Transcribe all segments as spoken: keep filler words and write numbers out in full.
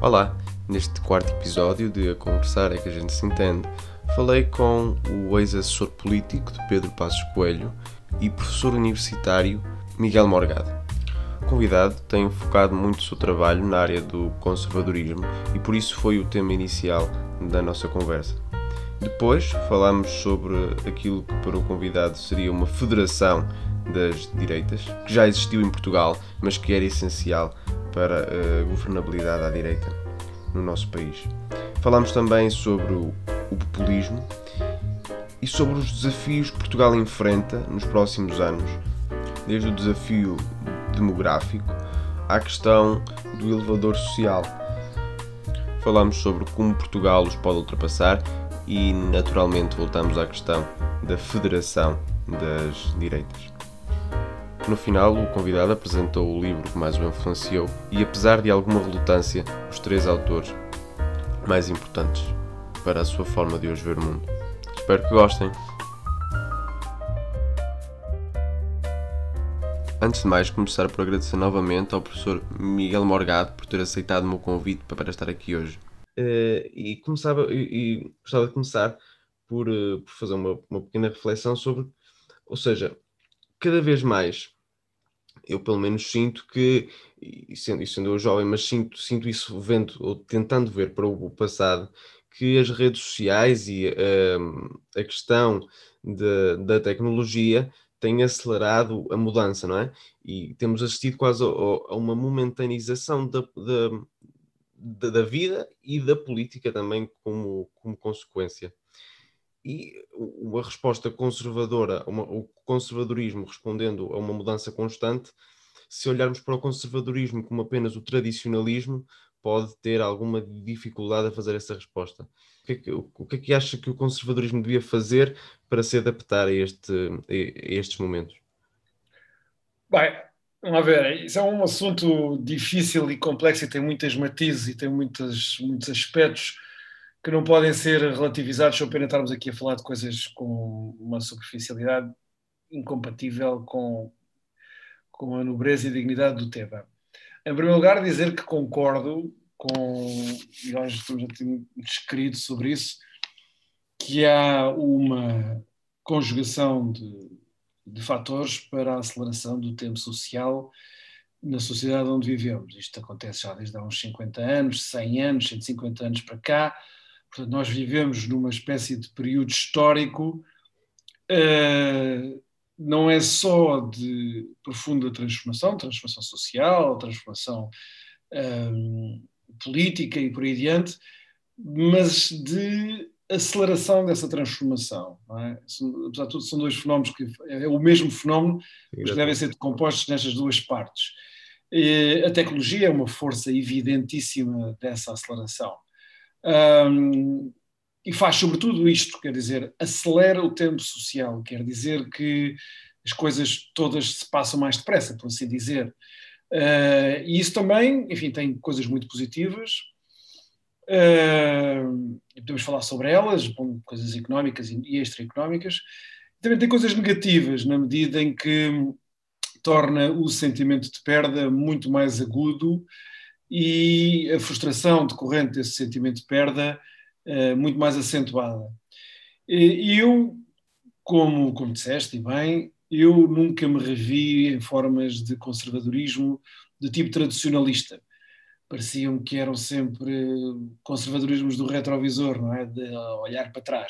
Olá, neste quarto episódio de A Conversar é que a gente se entende, falei com o ex-assessor político de Pedro Passos Coelho e professor universitário Miguel Morgado. O convidado tem focado muito o seu trabalho na área do conservadorismo e por isso foi o tema inicial da nossa conversa. Depois falamos sobre aquilo que para o convidado seria uma federação das direitas, que já existiu em Portugal, mas que era essencial para a governabilidade à direita no nosso país. Falámos também sobre o, o populismo e sobre os desafios que Portugal enfrenta nos próximos anos, desde o desafio demográfico à questão do elevador social. Falámos sobre como Portugal os pode ultrapassar e, naturalmente, voltamos à questão da federação das direitas. No final, o convidado apresentou o livro que mais o influenciou e, apesar de alguma relutância, os três autores mais importantes para a sua forma de hoje ver o mundo. Espero que gostem. Antes de mais, começar por agradecer novamente ao professor Miguel Morgado por ter aceitado o meu convite para estar aqui hoje. Uh, e, começava, e, e gostava de começar por, uh, por fazer uma, uma pequena reflexão sobre, ou seja, cada vez mais eu pelo menos sinto que, e sendo, e sendo eu jovem, mas sinto, sinto isso vendo, ou tentando ver para o passado, que as redes sociais e uh, a questão de, da tecnologia têm acelerado a mudança, não é? E temos assistido quase a, a uma momentanização da, da, da, da vida e da política também como, como consequência. E uma resposta conservadora, uma, o conservadorismo respondendo a uma mudança constante, se olharmos para o conservadorismo como apenas o tradicionalismo, pode ter alguma dificuldade a fazer essa resposta. O que é que, o que, é que acha que o conservadorismo devia fazer para se adaptar a, este, a estes momentos? Bem, vamos ver, isso é um assunto difícil e complexo e tem muitas matizes e tem muitos, muitos aspectos que não podem ser relativizados só para estarmos aqui a falar de coisas com uma superficialidade incompatível com, com a nobreza e dignidade do tema. Em primeiro lugar, dizer que concordo com, e nós estamos a ter escrito sobre isso, que há uma conjugação de, de fatores para a aceleração do tempo social na sociedade onde vivemos. Isto acontece já desde há uns cinquenta anos, cem anos, cento e cinquenta anos para cá. Portanto, nós vivemos numa espécie de período histórico, uh, não é só de profunda transformação, transformação social, transformação um, política e por aí adiante, mas de aceleração dessa transformação. Não é? Apesar de tudo, são dois fenómenos que é o mesmo fenómeno, mas que devem ser decompostos nestas duas partes. A tecnologia é uma força evidentíssima dessa aceleração. Um, e faz sobretudo isto, quer dizer, acelera o tempo social, quer dizer que as coisas todas se passam mais depressa, por assim dizer. Uh, e isso também, enfim, tem coisas muito positivas. Uh, podemos falar sobre elas, bom, coisas económicas e extra-económicas. Também tem coisas negativas, na medida em que torna o sentimento de perda muito mais agudo e a frustração decorrente desse sentimento de perda uh, muito mais acentuada. E eu, como, como disseste, e bem, eu nunca me revi em formas de conservadorismo de tipo tradicionalista. Pareciam que eram sempre conservadorismos do retrovisor, não é? De olhar para trás.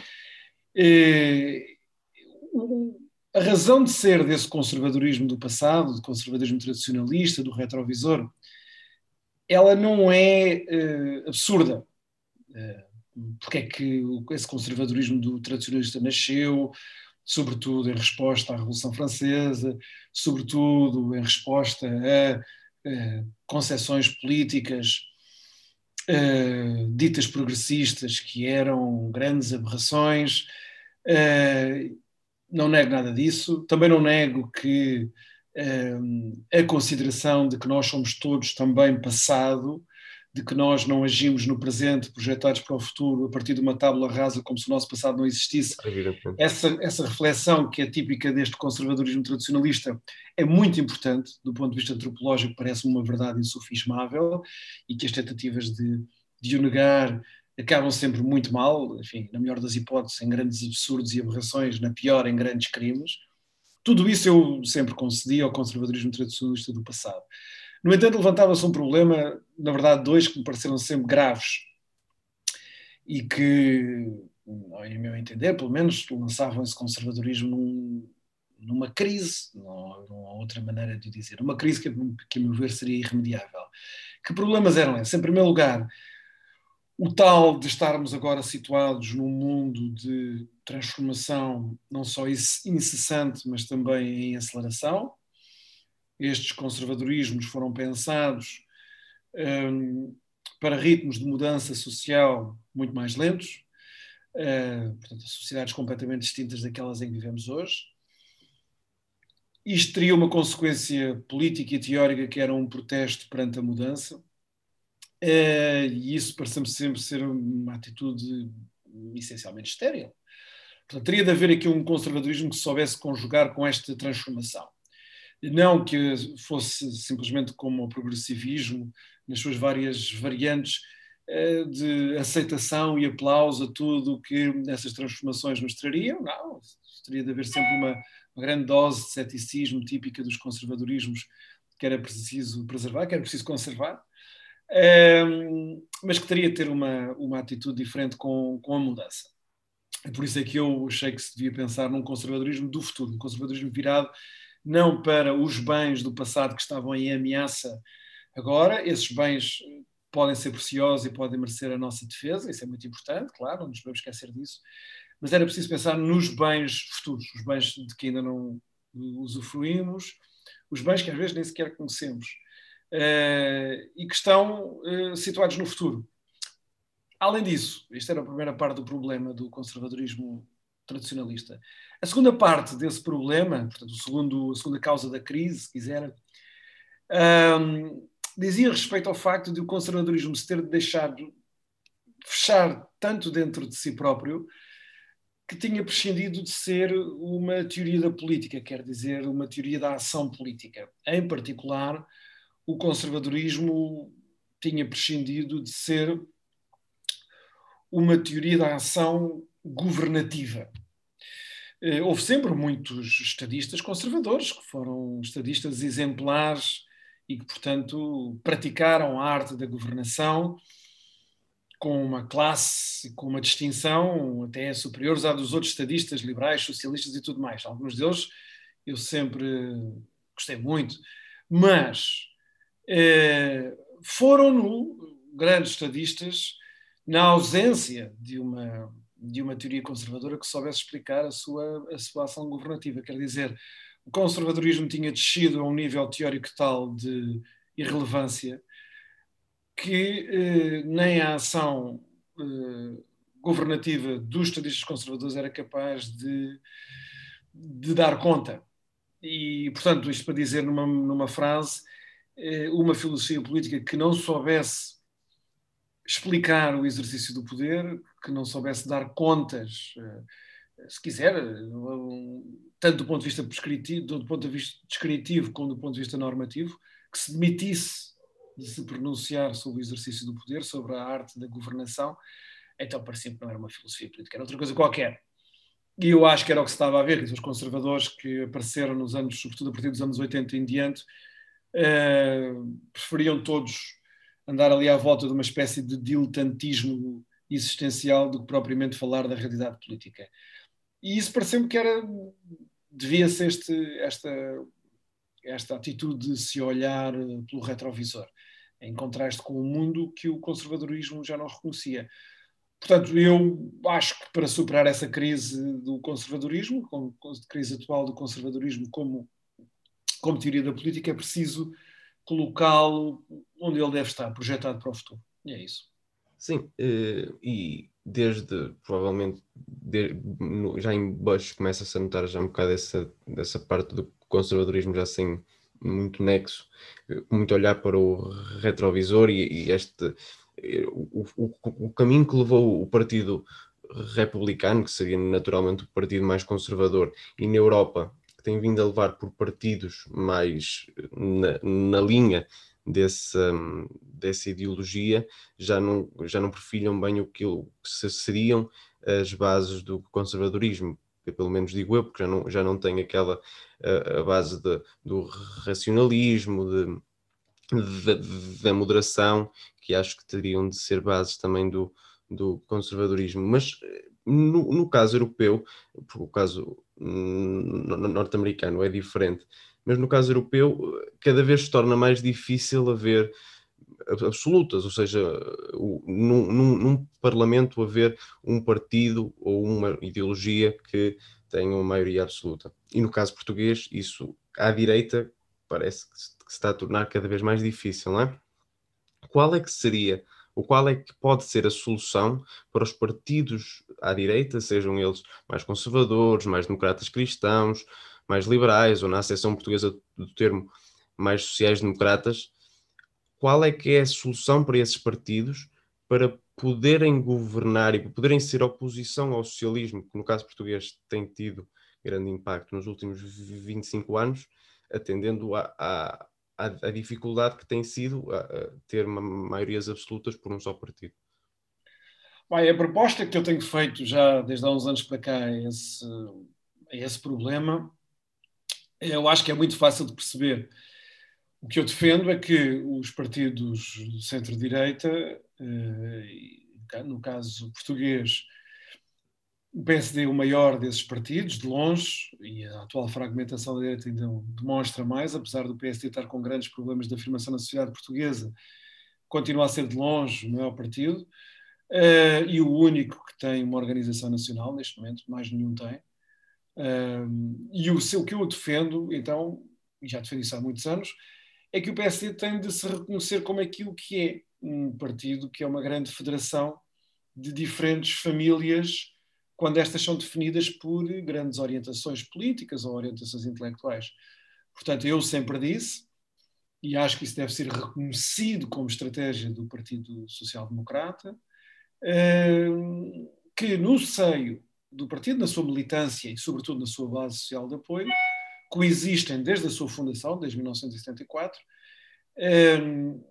E, a razão de ser desse conservadorismo do passado, do conservadorismo tradicionalista, do retrovisor, ela não é uh, absurda. Uh, porque é que esse conservadorismo do tradicionalista nasceu, sobretudo em resposta à Revolução Francesa, sobretudo em resposta a uh, concepções políticas uh, ditas progressistas que eram grandes aberrações. Uh, não nego nada disso. Também não nego que uh, a consideração de que nós somos todos também passado de que nós não agimos no presente, projetados para o futuro, a partir de uma tábula rasa, como se o nosso passado não existisse. Essa, essa reflexão que é típica deste conservadorismo tradicionalista é muito importante, do ponto de vista antropológico, parece-me uma verdade insofismável, e que as tentativas de, de o negar acabam sempre muito mal, enfim, na melhor das hipóteses, em grandes absurdos e aberrações, na pior, em grandes crimes. Tudo isso eu sempre concedi ao conservadorismo tradicionalista do passado. No entanto, levantava-se um problema, na verdade dois, que me pareceram sempre graves e que, ao meu entender, pelo menos, lançavam esse conservadorismo num, numa crise, não, não há outra maneira de dizer, uma crise que, que, a meu ver, seria irremediável. Que problemas eram esses? Em primeiro lugar, o tal de estarmos agora situados num mundo de transformação não só incessante, mas também em aceleração. Estes conservadorismos foram pensados um, para ritmos de mudança social muito mais lentos, uh, portanto, sociedades completamente distintas daquelas em que vivemos hoje. Isto teria uma consequência política e teórica que era um protesto perante a mudança, uh, e isso parece-me sempre ser uma atitude essencialmente estéril. Portanto, teria de haver aqui um conservadorismo que soubesse conjugar com esta transformação. Não que fosse simplesmente como o progressivismo, nas suas várias variantes, de aceitação e aplauso a tudo o que essas transformações nos trariam. Não, teria de haver sempre uma, uma grande dose de ceticismo típica dos conservadorismos que era preciso preservar, que era preciso conservar, mas que teria de ter uma, uma atitude diferente com, com a mudança. E por isso é que eu achei que se devia pensar num conservadorismo do futuro, um conservadorismo virado não para os bens do passado que estavam em ameaça agora. Esses bens podem ser preciosos e podem merecer a nossa defesa, isso é muito importante, claro, não nos podemos esquecer disso, mas era preciso pensar nos bens futuros, os bens de que ainda não usufruímos, os bens que às vezes nem sequer conhecemos, uh, e que estão uh, situados no futuro. Além disso, esta era a primeira parte do problema do conservadorismo tradicionalista. A segunda parte desse problema, portanto, o segundo, a segunda causa da crise, se quiser, um, dizia respeito ao facto de o conservadorismo se ter deixado fechar tanto dentro de si próprio que tinha prescindido de ser uma teoria da política, quer dizer, uma teoria da ação política. Em particular, o conservadorismo tinha prescindido de ser uma teoria da ação governativa. Houve sempre muitos estadistas conservadores, que foram estadistas exemplares e que, portanto, praticaram a arte da governação com uma classe, com uma distinção até superiores à dos outros estadistas, liberais, socialistas e tudo mais. Alguns deles eu sempre gostei muito, mas eh, foram no, grandes estadistas na ausência de uma, de uma teoria conservadora que soubesse explicar a sua, a sua ação governativa. Quer dizer, o conservadorismo tinha descido a um nível teórico tal de irrelevância que eh, nem a ação eh, governativa dos estadistas conservadores era capaz de, de dar conta. E, portanto, isto para dizer numa, numa frase, eh, uma filosofia política que não soubesse explicar o exercício do poder, que não soubesse dar contas, se quiser, tanto do ponto de vista prescritivo, do ponto de vista descritivo como do ponto de vista normativo, que se demitisse de se pronunciar sobre o exercício do poder, sobre a arte da governação, então parecia que não era uma filosofia política, era outra coisa qualquer. E eu acho que era o que se estava a ver, que os conservadores que apareceram nos anos, sobretudo a partir dos anos oitenta em diante, uh, preferiam todos andar ali à volta de uma espécie de diletantismo existencial do que propriamente falar da realidade política. E isso pareceu-me que era, devia-se este, esta, esta atitude de se olhar pelo retrovisor, em contraste com o mundo que o conservadorismo já não reconhecia. Portanto, eu acho que para superar essa crise do conservadorismo, a crise atual do conservadorismo como, como teoria da política, é preciso colocá-lo onde ele deve estar, projetado para o futuro. E é isso. Sim, e desde, provavelmente, de, no, já em Bush começa-se a notar já um bocado essa, essa parte do conservadorismo já sem muito nexo, muito olhar para o retrovisor e, e este o, o, o caminho que levou o Partido Republicano, que seria naturalmente o partido mais conservador, e na Europa, que tem vindo a levar por partidos mais na, na linha desse, dessa ideologia, já não, já não perfilham bem o que seriam as bases do conservadorismo, pelo menos digo eu, porque já não, já não tem aquela a, a base de, do racionalismo, de, de, da moderação, que acho que teriam de ser bases também do, do conservadorismo. Mas no, no caso europeu, porque o caso norte-americano é diferente, mas no caso europeu cada vez se torna mais difícil haver absolutas, ou seja, num, num, num parlamento haver um partido ou uma ideologia que tenha uma maioria absoluta. E no caso português, isso à direita parece que se está a tornar cada vez mais difícil, não é? Qual é que seria, ou qual é que pode ser a solução para os partidos à direita, sejam eles mais conservadores, mais democratas cristãos, mais liberais, ou na acessão portuguesa do termo, mais sociais-democratas? Qual é que é a solução para esses partidos para poderem governar e para poderem ser oposição ao socialismo, que no caso português tem tido grande impacto nos últimos vinte e cinco anos, atendendo à, à, à dificuldade que tem sido a, a ter maiorias absolutas por um só partido? Bem, a proposta que eu tenho feito já desde há uns anos para cá é esse, é esse problema. Eu acho que é muito fácil de perceber. O que eu defendo é que os partidos de centro-direita, no caso português, o P S D é o maior desses partidos, de longe, e a atual fragmentação da direita ainda demonstra mais, apesar do P S D estar com grandes problemas de afirmação na sociedade portuguesa, continua a ser de longe o maior partido, e o único que tem uma organização nacional neste momento, mais nenhum tem. E o, o que eu defendo, então, e já defendi isso há muitos anos, é que o P S D tem de se reconhecer como aquilo que é um partido que é uma grande federação de diferentes famílias, quando estas são definidas por grandes orientações políticas ou orientações intelectuais. Portanto, eu sempre disse, e acho que isso deve ser reconhecido como estratégia do Partido Social Democrata, que no seio do partido, na sua militância e sobretudo na sua base social de apoio, coexistem desde a sua fundação, desde mil novecentos e setenta e quatro, um,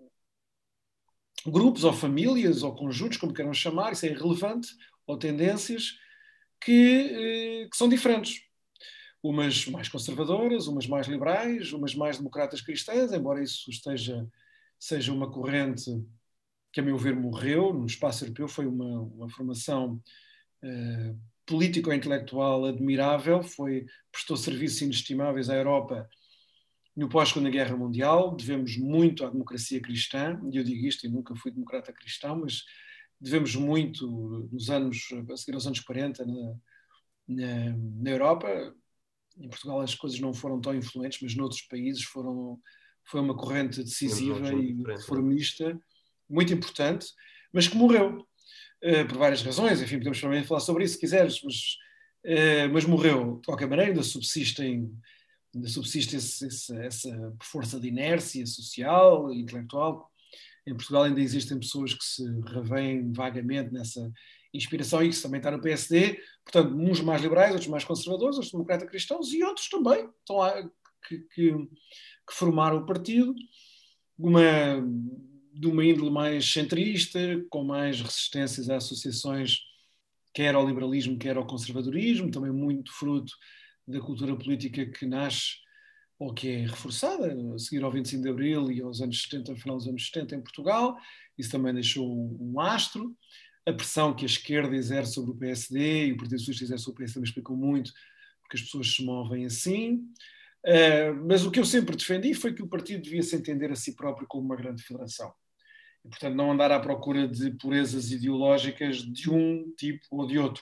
grupos ou famílias ou conjuntos, como queiram chamar, isso é irrelevante, ou tendências que, que são diferentes. Umas mais conservadoras, umas mais liberais, umas mais democratas cristãs, embora isso esteja, seja uma corrente que, a meu ver, morreu no espaço europeu. Foi uma, uma formação uh, político-intelectual admirável, foi, prestou serviços inestimáveis à Europa no pós-Segunda Guerra Mundial. Devemos muito à democracia cristã, e eu digo isto e nunca fui democrata cristão, mas devemos muito nos anos, a seguir aos anos quarenta, na, na, na Europa. Em Portugal as coisas não foram tão influentes, mas noutros países foram, foi uma corrente decisiva e reformista, muito importante, mas que morreu, uh, por várias razões. Enfim, podemos também falar sobre isso se quiseres, mas, uh, mas morreu de qualquer maneira. Ainda subsistem, ainda subsiste esse, esse, essa força de inércia social e intelectual. Em Portugal ainda existem pessoas que se revêem vagamente nessa inspiração, e que também está no P S D, portanto, uns mais liberais, outros mais conservadores, outros democratas cristãos, e outros também estão lá, que, que, que formaram o partido, uma, de uma índole mais centrista, com mais resistências a associações, quer ao liberalismo, quer ao conservadorismo, também muito fruto da cultura política que nasce ou que é reforçada a seguir ao vinte e cinco de Abril e aos anos setenta, ao final dos anos setenta em Portugal. Isso também deixou um lastro. A pressão que a esquerda exerce sobre o P S D e o Partido Socialista exerce sobre o P S D me explicou muito, porque as pessoas se movem assim. Uh, mas o que eu sempre defendi foi que o partido devia se entender a si próprio como uma grande federação. E, portanto, não andar à procura de purezas ideológicas de um tipo ou de outro.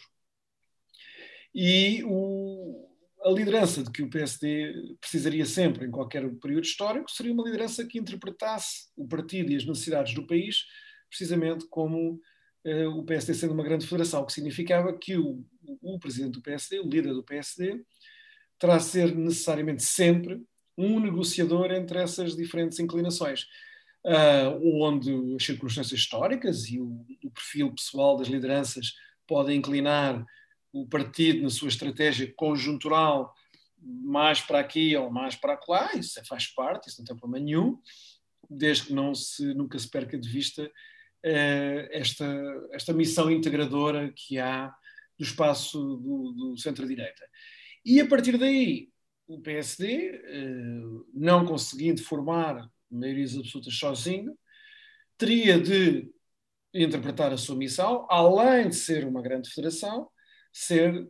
E o, a liderança de que o P S D precisaria sempre, em qualquer período histórico, seria uma liderança que interpretasse o partido e as necessidades do país precisamente como o P S D sendo uma grande federação, o que significava que o, o presidente do P S D, o líder do P S D, terá a ser necessariamente sempre um negociador entre essas diferentes inclinações, uh, onde as circunstâncias históricas e o, o perfil pessoal das lideranças podem inclinar o partido na sua estratégia conjuntural mais para aqui ou mais para lá, isso faz parte, isso não tem problema nenhum, desde que não se, nunca se perca de vista uh, esta, esta missão integradora que há do espaço do, do centro-direita. E a partir daí, o P S D, uh, não conseguindo formar maiorias absolutas sozinho, teria de interpretar a sua missão, além de ser uma grande federação, ser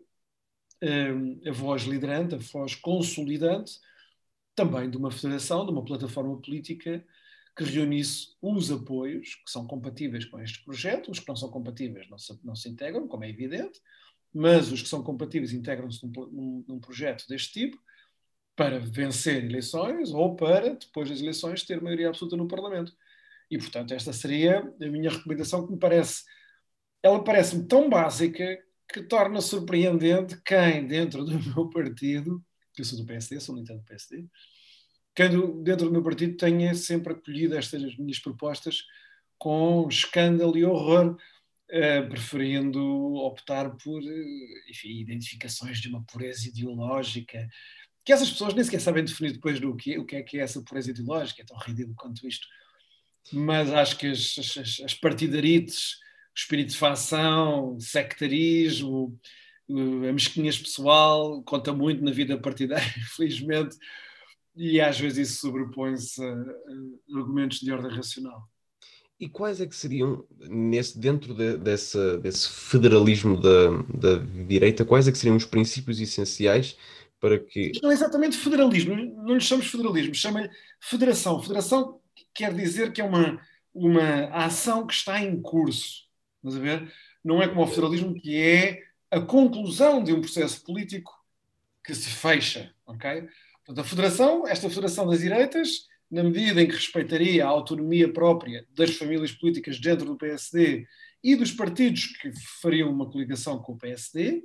um, a voz liderante, a voz consolidante também de uma federação, de uma plataforma política que reunisse os apoios que são compatíveis com este projeto, os que não são compatíveis não se, não se integram, como é evidente, mas os que são compatíveis integram-se num, num, num projeto deste tipo para vencer eleições ou para, depois das eleições, ter maioria absoluta no Parlamento. E, portanto, esta seria a minha recomendação, que me parece, ela parece-me tão básica que torna surpreendente quem, dentro do meu partido, que eu sou do P S D, sou militante do P S D, quem dentro do meu partido tenha sempre acolhido estas minhas propostas com escândalo e horror, Uh, preferindo optar por uh, enfim, identificações de uma pureza ideológica, que essas pessoas nem sequer sabem definir depois do que, o que é que é essa pureza ideológica, é tão ridículo quanto isto. Mas acho que as, as, as partidarites, o espírito de facção, sectarismo, uh, a mesquinhez pessoal, conta muito na vida partidária, felizmente, e às vezes isso sobrepõe-se a, a argumentos de ordem racional. E quais é que seriam, nesse, dentro de, dessa, desse federalismo da, da direita, quais é que seriam os princípios essenciais para que... Isto não é exatamente federalismo, não lhe chamamos federalismo, chama-lhe federação. Federação quer dizer que é uma, uma ação que está em curso, estás a ver? Não é como o federalismo, que é a conclusão de um processo político que se fecha, ok? Portanto, a federação, esta federação das direitas, na medida em que respeitaria a autonomia própria das famílias políticas dentro do P S D e dos partidos que fariam uma coligação com o P S D,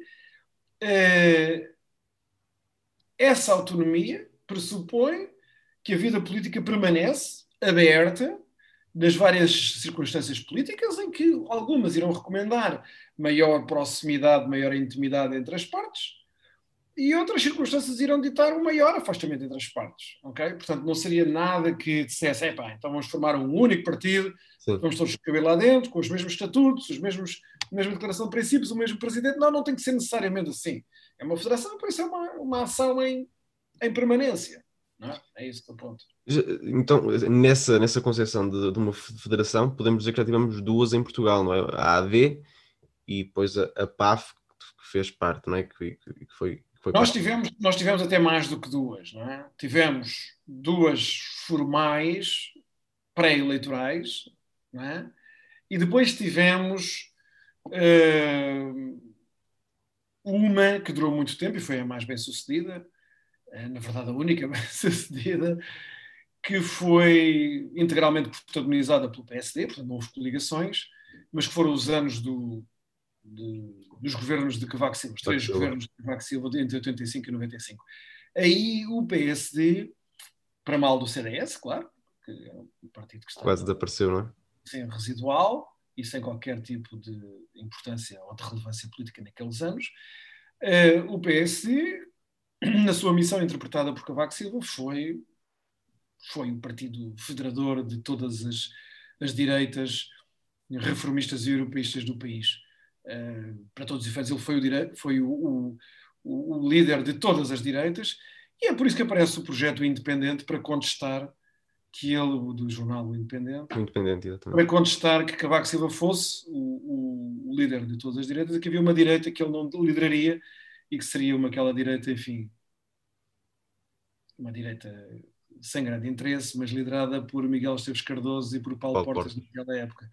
eh, essa autonomia pressupõe que a vida política permanece aberta nas várias circunstâncias políticas, em que algumas irão recomendar maior proximidade, maior intimidade entre as partes, e outras circunstâncias irão ditar um maior afastamento entre as partes, ok? Portanto, não seria nada que dissesse, epá, então vamos formar um único partido, Sim. vamos todos caber lá dentro, com os mesmos estatutos, os mesmos, a mesma declaração de princípios, o mesmo presidente. Não, não tem que ser necessariamente assim. É uma federação, por isso é uma, uma ação em, em permanência. Não é? É isso que eu aponto. Então, nessa, nessa concepção de, de uma federação, podemos dizer que já tivemos duas em Portugal, não é? A AD e depois a, a P A F, que fez parte, não é? Que, que foi... Nós tivemos, nós tivemos até mais do que duas, não é? Tivemos duas formais pré-eleitorais, não é? E depois tivemos uh, uma que durou muito tempo e foi a mais bem-sucedida, uh, na verdade a única bem-sucedida, que foi integralmente protagonizada pelo P S D, portanto não houve coligações, mas que foram os anos do De, dos governos de Cavaco Silva, os três governos de Cavaco Silva entre oitenta e cinco e noventa e cinco. Aí o P S D, para mal do C D S, claro, que é um partido que está quase desapareceu, não é? Sim, residual e sem qualquer tipo de importância ou de relevância política naqueles anos, uh, o P S D, na sua missão interpretada por Cavaco Silva, foi, foi um partido federador de todas as, as direitas reformistas e europeístas do país. Uh, para todos os efeitos, ele foi, o, dire... foi o, o, o, líder de todas as direitas, e é por isso que aparece o projeto Independente para contestar que ele, do jornal O Independente, Independente, para contestar que Cavaco Silva fosse o, o, líder de todas as direitas e que havia uma direita que ele não lideraria e que seria uma aquela direita, enfim, uma direita sem grande interesse, mas liderada por Miguel Esteves Cardoso e por Paulo, Paulo Portas, Portas naquela época.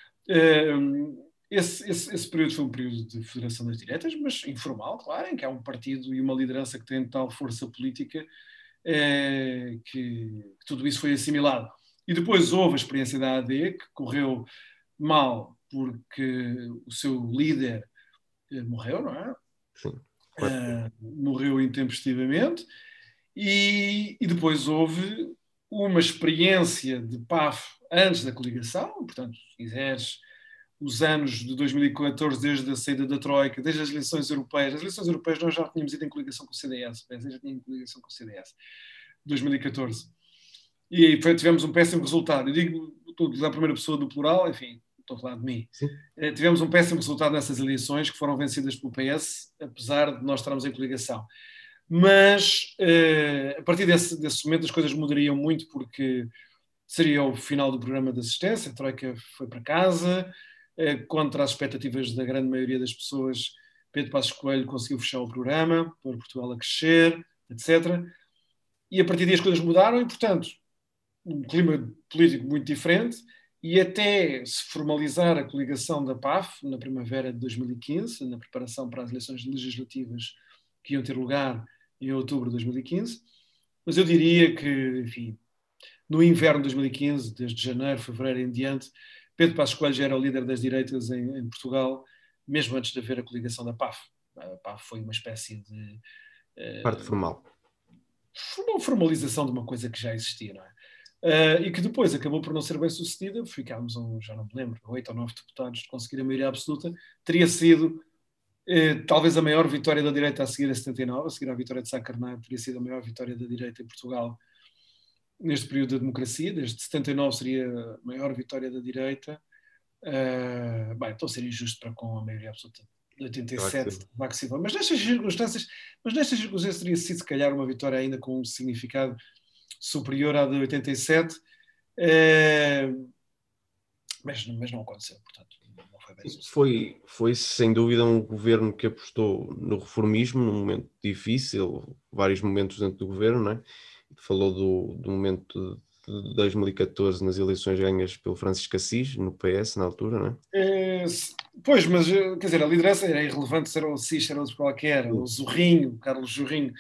Uh, Esse, esse, esse período foi um período de federação das direitas, mas informal, claro, em que há um partido e uma liderança que tem tal força política eh, que, que tudo isso foi assimilado. E depois houve a experiência da A D, que correu mal porque o seu líder eh, morreu, não é? Sim. Uh, morreu intempestivamente, E, e depois houve uma experiência de P A F antes da coligação, portanto, se quiseres, os anos de dois mil e catorze, desde a saída da Troika, desde as eleições europeias. As eleições europeias nós já tínhamos ido em coligação com o C D S, já tínhamos em coligação com o C D S, dois mil e catorze. E aí tivemos um péssimo resultado. Eu digo, estou a dizer a primeira pessoa do plural, enfim, estou a falar de mim. Sim. Tivemos um péssimo resultado nessas eleições, que foram vencidas pelo P S, apesar de nós estarmos em coligação. Mas, a partir desse, desse momento, as coisas mudariam muito, porque seria o final do programa de assistência, a Troika foi para casa, contra as expectativas da grande maioria das pessoas. Pedro Passos Coelho conseguiu fechar o programa, pôr Portugal a crescer, etcétera. E a partir daí as coisas mudaram e, portanto, um clima político muito diferente, e até se formalizar a coligação da P A F na primavera de dois mil e quinze, na preparação para as eleições legislativas que iam ter lugar em outubro de dois mil e quinze. Mas eu diria que, enfim, no inverno de dois mil e quinze, desde janeiro, fevereiro em diante, Pedro Passos Coelho já era o líder das direitas em, em Portugal, mesmo antes de haver a coligação da P A F. A P A F foi uma espécie de... Uh, parte formal. Uma formalização de uma coisa que já existia, não é? Uh, e que depois acabou por não ser bem sucedida, ficámos, um, já não me lembro, oito ou nove deputados de conseguir a maioria absoluta. Teria sido uh, talvez a maior vitória da direita a seguir a setenta e nove, a seguir à vitória de Sá Carneiro, teria sido a maior vitória da direita em Portugal neste período da democracia. Desde setenta e nove seria a maior vitória da direita. Uh, bem, estou a ser injusto para com a maioria absoluta de oitenta e sete, máximo. Mas nestas circunstâncias, mas nestas circunstâncias teria sido, se calhar, uma vitória ainda com um significado superior à de oitenta e sete, uh, mas, mas não aconteceu, portanto, não foi bem sucedido. Foi, foi, sem dúvida, um governo que apostou no reformismo num momento difícil, vários momentos dentro do governo, não é? Falou do, do momento de dois mil e catorze nas eleições ganhas pelo Francisco Assis, no P S, na altura, não é? é pois, mas, quer dizer, a liderança era irrelevante se era o Assis, se era outro qualquer, o Zorrinho, o Carlos Zorrinho.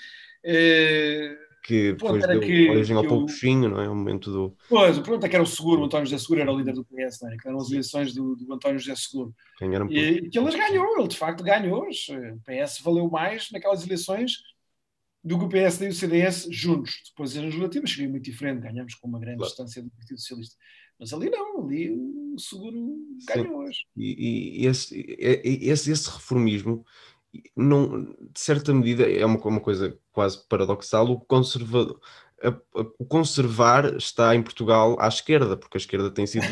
É, que depois deu que, origem ao que Poucochinho, não é? O momento do... Pois, o problema é que era o Seguro, o António José Seguro era o líder do P S, não é? Que eram as eleições do, do António José Seguro. Ganharam por... E que ele ganhou, ele de facto ganhou. O P S valeu mais naquelas eleições do que o P S e o C D S juntos. Depois as legislativas seria muito diferente, ganhamos com uma grande claro. distância do Partido Socialista. Mas ali não, ali o Seguro ganhou hoje. E, e esse, esse, esse reformismo, não, de certa medida, é uma, uma coisa quase paradoxal. O conservador... A, a, o conservar está em Portugal à esquerda, porque a esquerda tem sido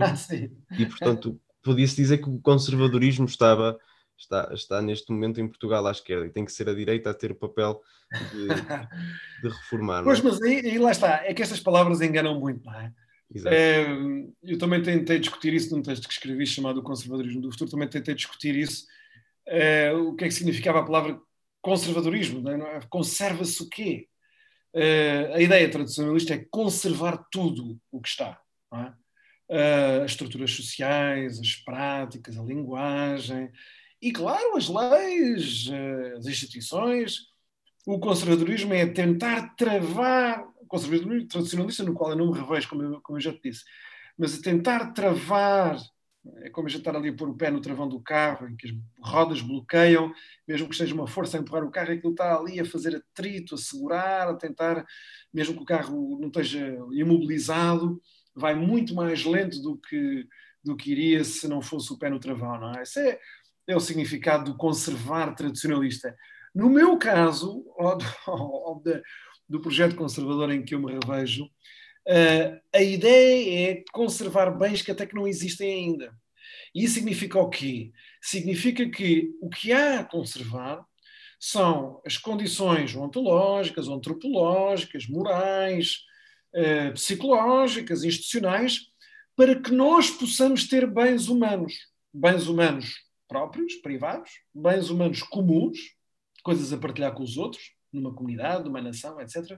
e, portanto, podia-se dizer que o conservadorismo estava, está, está neste momento em Portugal à esquerda, e tem que ser a direita a ter o papel de, de reformar. Pois, não é? Mas aí, aí lá está, é que estas palavras enganam muito, não é? É, eu também tentei discutir isso num texto que escrevi chamado O Conservadorismo do Futuro, também tentei discutir isso, é, o que é que significava a palavra conservadorismo, não é? Conserva-se o quê? Uh, a ideia tradicionalista é conservar tudo o que está, não é? Uh, as estruturas sociais, as práticas, a linguagem e, claro, as leis, uh, as instituições. O conservadorismo é tentar travar, o conservadorismo tradicionalista, no qual eu não me revejo, como eu, como eu já te disse, mas é tentar travar. É como a gente estar ali a pôr o pé no travão do carro, em que as rodas bloqueiam, mesmo que seja uma força a empurrar o carro, aquilo está ali a fazer atrito, a segurar, a tentar, mesmo que o carro não esteja imobilizado, vai muito mais lento do que, do que iria se não fosse o pé no travão, não é? Esse é, é o significado do conservar tradicionalista. No meu caso, ou do, ou de, do projeto conservador em que eu me revejo, Uh, a ideia é conservar bens que até que não existem ainda. E isso significa o quê? Significa que o que há a conservar são as condições ontológicas, antropológicas, morais, uh, psicológicas, institucionais, para que nós possamos ter bens humanos. Bens humanos próprios, privados, bens humanos comuns, coisas a partilhar com os outros, numa comunidade, numa nação, etcétera.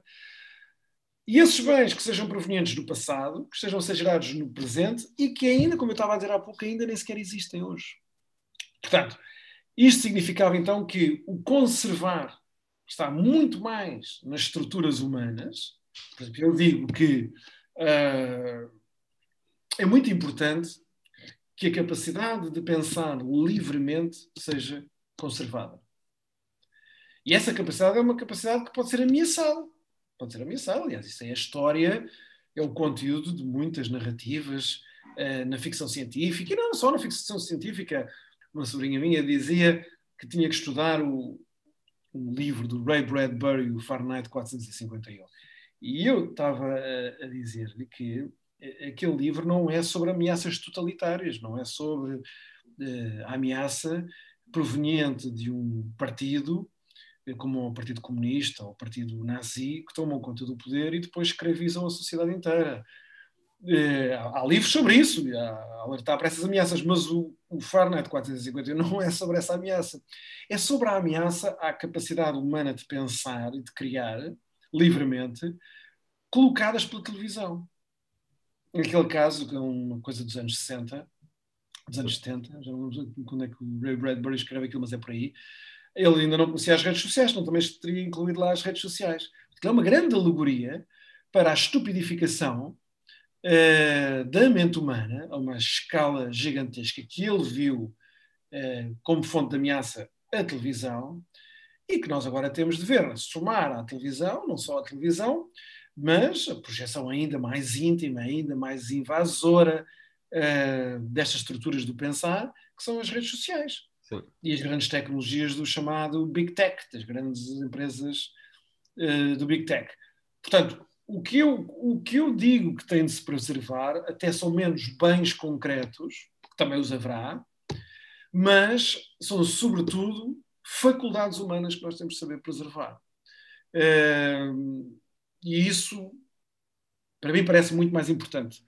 E esses bens que sejam provenientes do passado, que estejam a ser gerados no presente e que ainda, como eu estava a dizer há pouco, ainda nem sequer existem hoje. Portanto, isto significava então que o conservar está muito mais nas estruturas humanas. Por exemplo, eu digo que uh, é muito importante que a capacidade de pensar livremente seja conservada. E essa capacidade é uma capacidade que pode ser ameaçada. pode ser ameaçado. Aliás, isso é a história, é o conteúdo de muitas narrativas uh, na ficção científica, e não só na ficção científica. Uma sobrinha minha dizia que tinha que estudar o, o livro do Ray Bradbury, o Fahrenheit quatrocentos e cinquenta e um. E eu estava a, a dizer-lhe que aquele livro não é sobre ameaças totalitárias, não é sobre uh, a ameaça proveniente de um partido, como o Partido Comunista ou o Partido Nazi, que tomam conta do poder e depois escravizam a sociedade inteira. Há livros sobre isso, a alertar para essas ameaças, mas o, o Fahrenheit quatrocentos e cinquenta e um não é sobre essa ameaça. É sobre a ameaça à capacidade humana de pensar e de criar livremente, colocadas pela televisão. Naquele caso, que é uma coisa dos anos sessenta, dos anos setenta, já não sei quando é que o Ray Bradbury escreve aquilo, mas é por aí. Ele ainda não conhecia as redes sociais, não também teria incluído lá as redes sociais. É uma grande alegoria para a estupidificação uh, da mente humana, a uma escala gigantesca, que ele viu uh, como fonte de ameaça a televisão, e que nós agora temos de ver, somar à televisão, não só à televisão, mas a projeção ainda mais íntima, ainda mais invasora uh, destas estruturas do pensar, que são as redes sociais. Sim. E as grandes tecnologias do chamado Big Tech, das grandes empresas uh, do Big Tech. Portanto, o que, eu, o que eu digo que tem de se preservar até são menos bens concretos, que também os haverá, mas são sobretudo faculdades humanas que nós temos de saber preservar. Uh, e isso, para mim, parece muito mais importante.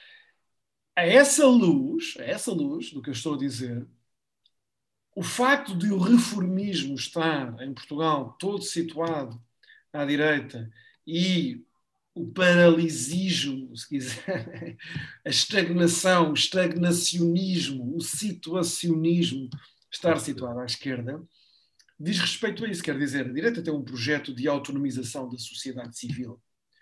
A essa luz, a essa luz do que eu estou a dizer, o facto de o reformismo estar em Portugal todo situado à direita e o paralisismo, se quiser, a estagnação, o estagnacionismo, o situacionismo estar situado à esquerda, diz respeito a isso. Quer dizer, a direita tem um projeto de autonomização da sociedade civil.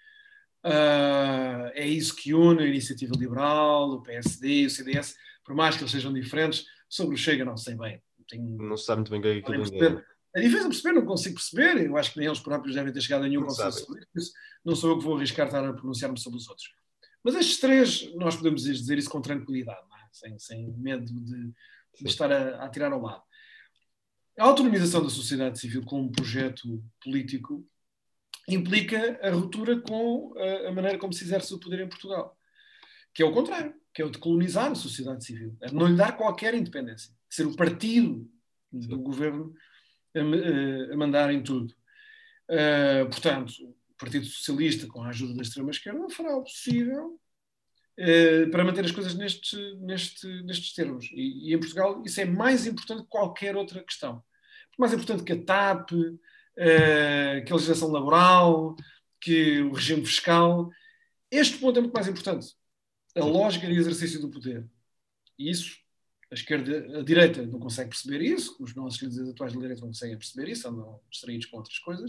Uh, é isso que une a Iniciativa Liberal, o P S D, o C D S, por mais que eles sejam diferentes. Sobre o Chega não sei bem. Tenho... Não se sabe muito bem o que é aquilo ainda. A diferença perceber, não consigo perceber. Eu acho que nem eles próprios devem ter chegado a nenhum consenso sobre isso. Não sou eu que vou arriscar estar a pronunciar-me sobre os outros. Mas estes três, nós podemos dizer isso com tranquilidade, não é? sem, sem medo de, de estar a, a atirar ao lado. A autonomização da sociedade civil como um projeto político implica a ruptura com a, a maneira como se exerce o poder em Portugal, que é o contrário, que é o de colonizar a sociedade civil, é de não lhe dar qualquer independência, de ser o partido do governo a, a mandar em tudo. Uh, portanto, o Partido Socialista, com a ajuda da extrema-esquerda, fará o possível uh, para manter as coisas neste, neste, nestes termos. E, e em Portugal isso é mais importante que qualquer outra questão. Mais importante que a TAP, uh, que a legislação laboral, que o regime fiscal. Este ponto é muito mais importante. A lógica de exercício do poder. E isso, a esquerda, a direita não consegue perceber isso, os nossos líderes atuais da direita não conseguem perceber isso, andam distraídos com outras coisas.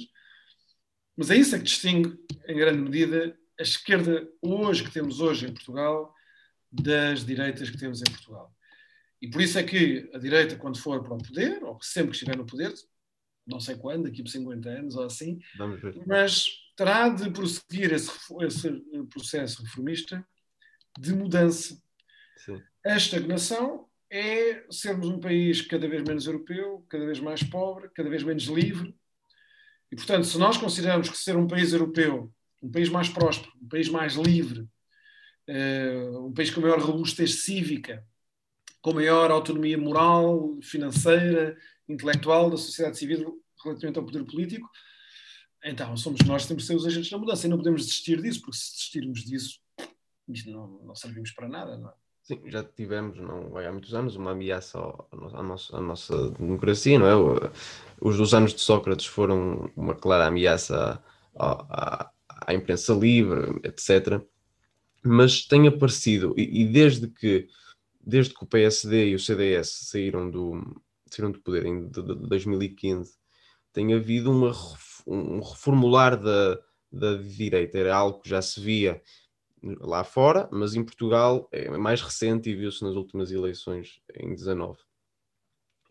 Mas é isso é que distingue, em grande medida, a esquerda hoje que temos hoje em Portugal das direitas que temos em Portugal. E por isso é que a direita, quando for para o poder, ou sempre que estiver no poder, não sei quando, daqui por cinquenta anos ou assim, mas terá de prosseguir esse, esse processo reformista de mudança. Sim. A estagnação é sermos um país cada vez menos europeu, cada vez mais pobre, cada vez menos livre. E, portanto, se nós consideramos que ser um país europeu, um país mais próspero, um país mais livre, uh, um país com maior robustez cívica, com maior autonomia moral, financeira, intelectual da sociedade civil relativamente ao poder político, então somos nós que temos de ser os agentes da mudança e não podemos desistir disso, porque se desistirmos disso, isto não, não servimos para nada, não é? Sim, já tivemos, não vai há muitos anos, uma ameaça ao, à, nossa, à nossa democracia, não é? Os dos anos de Sócrates foram uma clara ameaça à, à, à imprensa livre, etcétera. Mas tem aparecido, e, e desde que desde que o P S D e o C D S saíram do, saíram do poder em de, de dois mil e quinze, tem havido uma, um reformular da, da direita. Era algo que já se via lá fora, mas em Portugal é mais recente e viu-se nas últimas eleições em dezanove.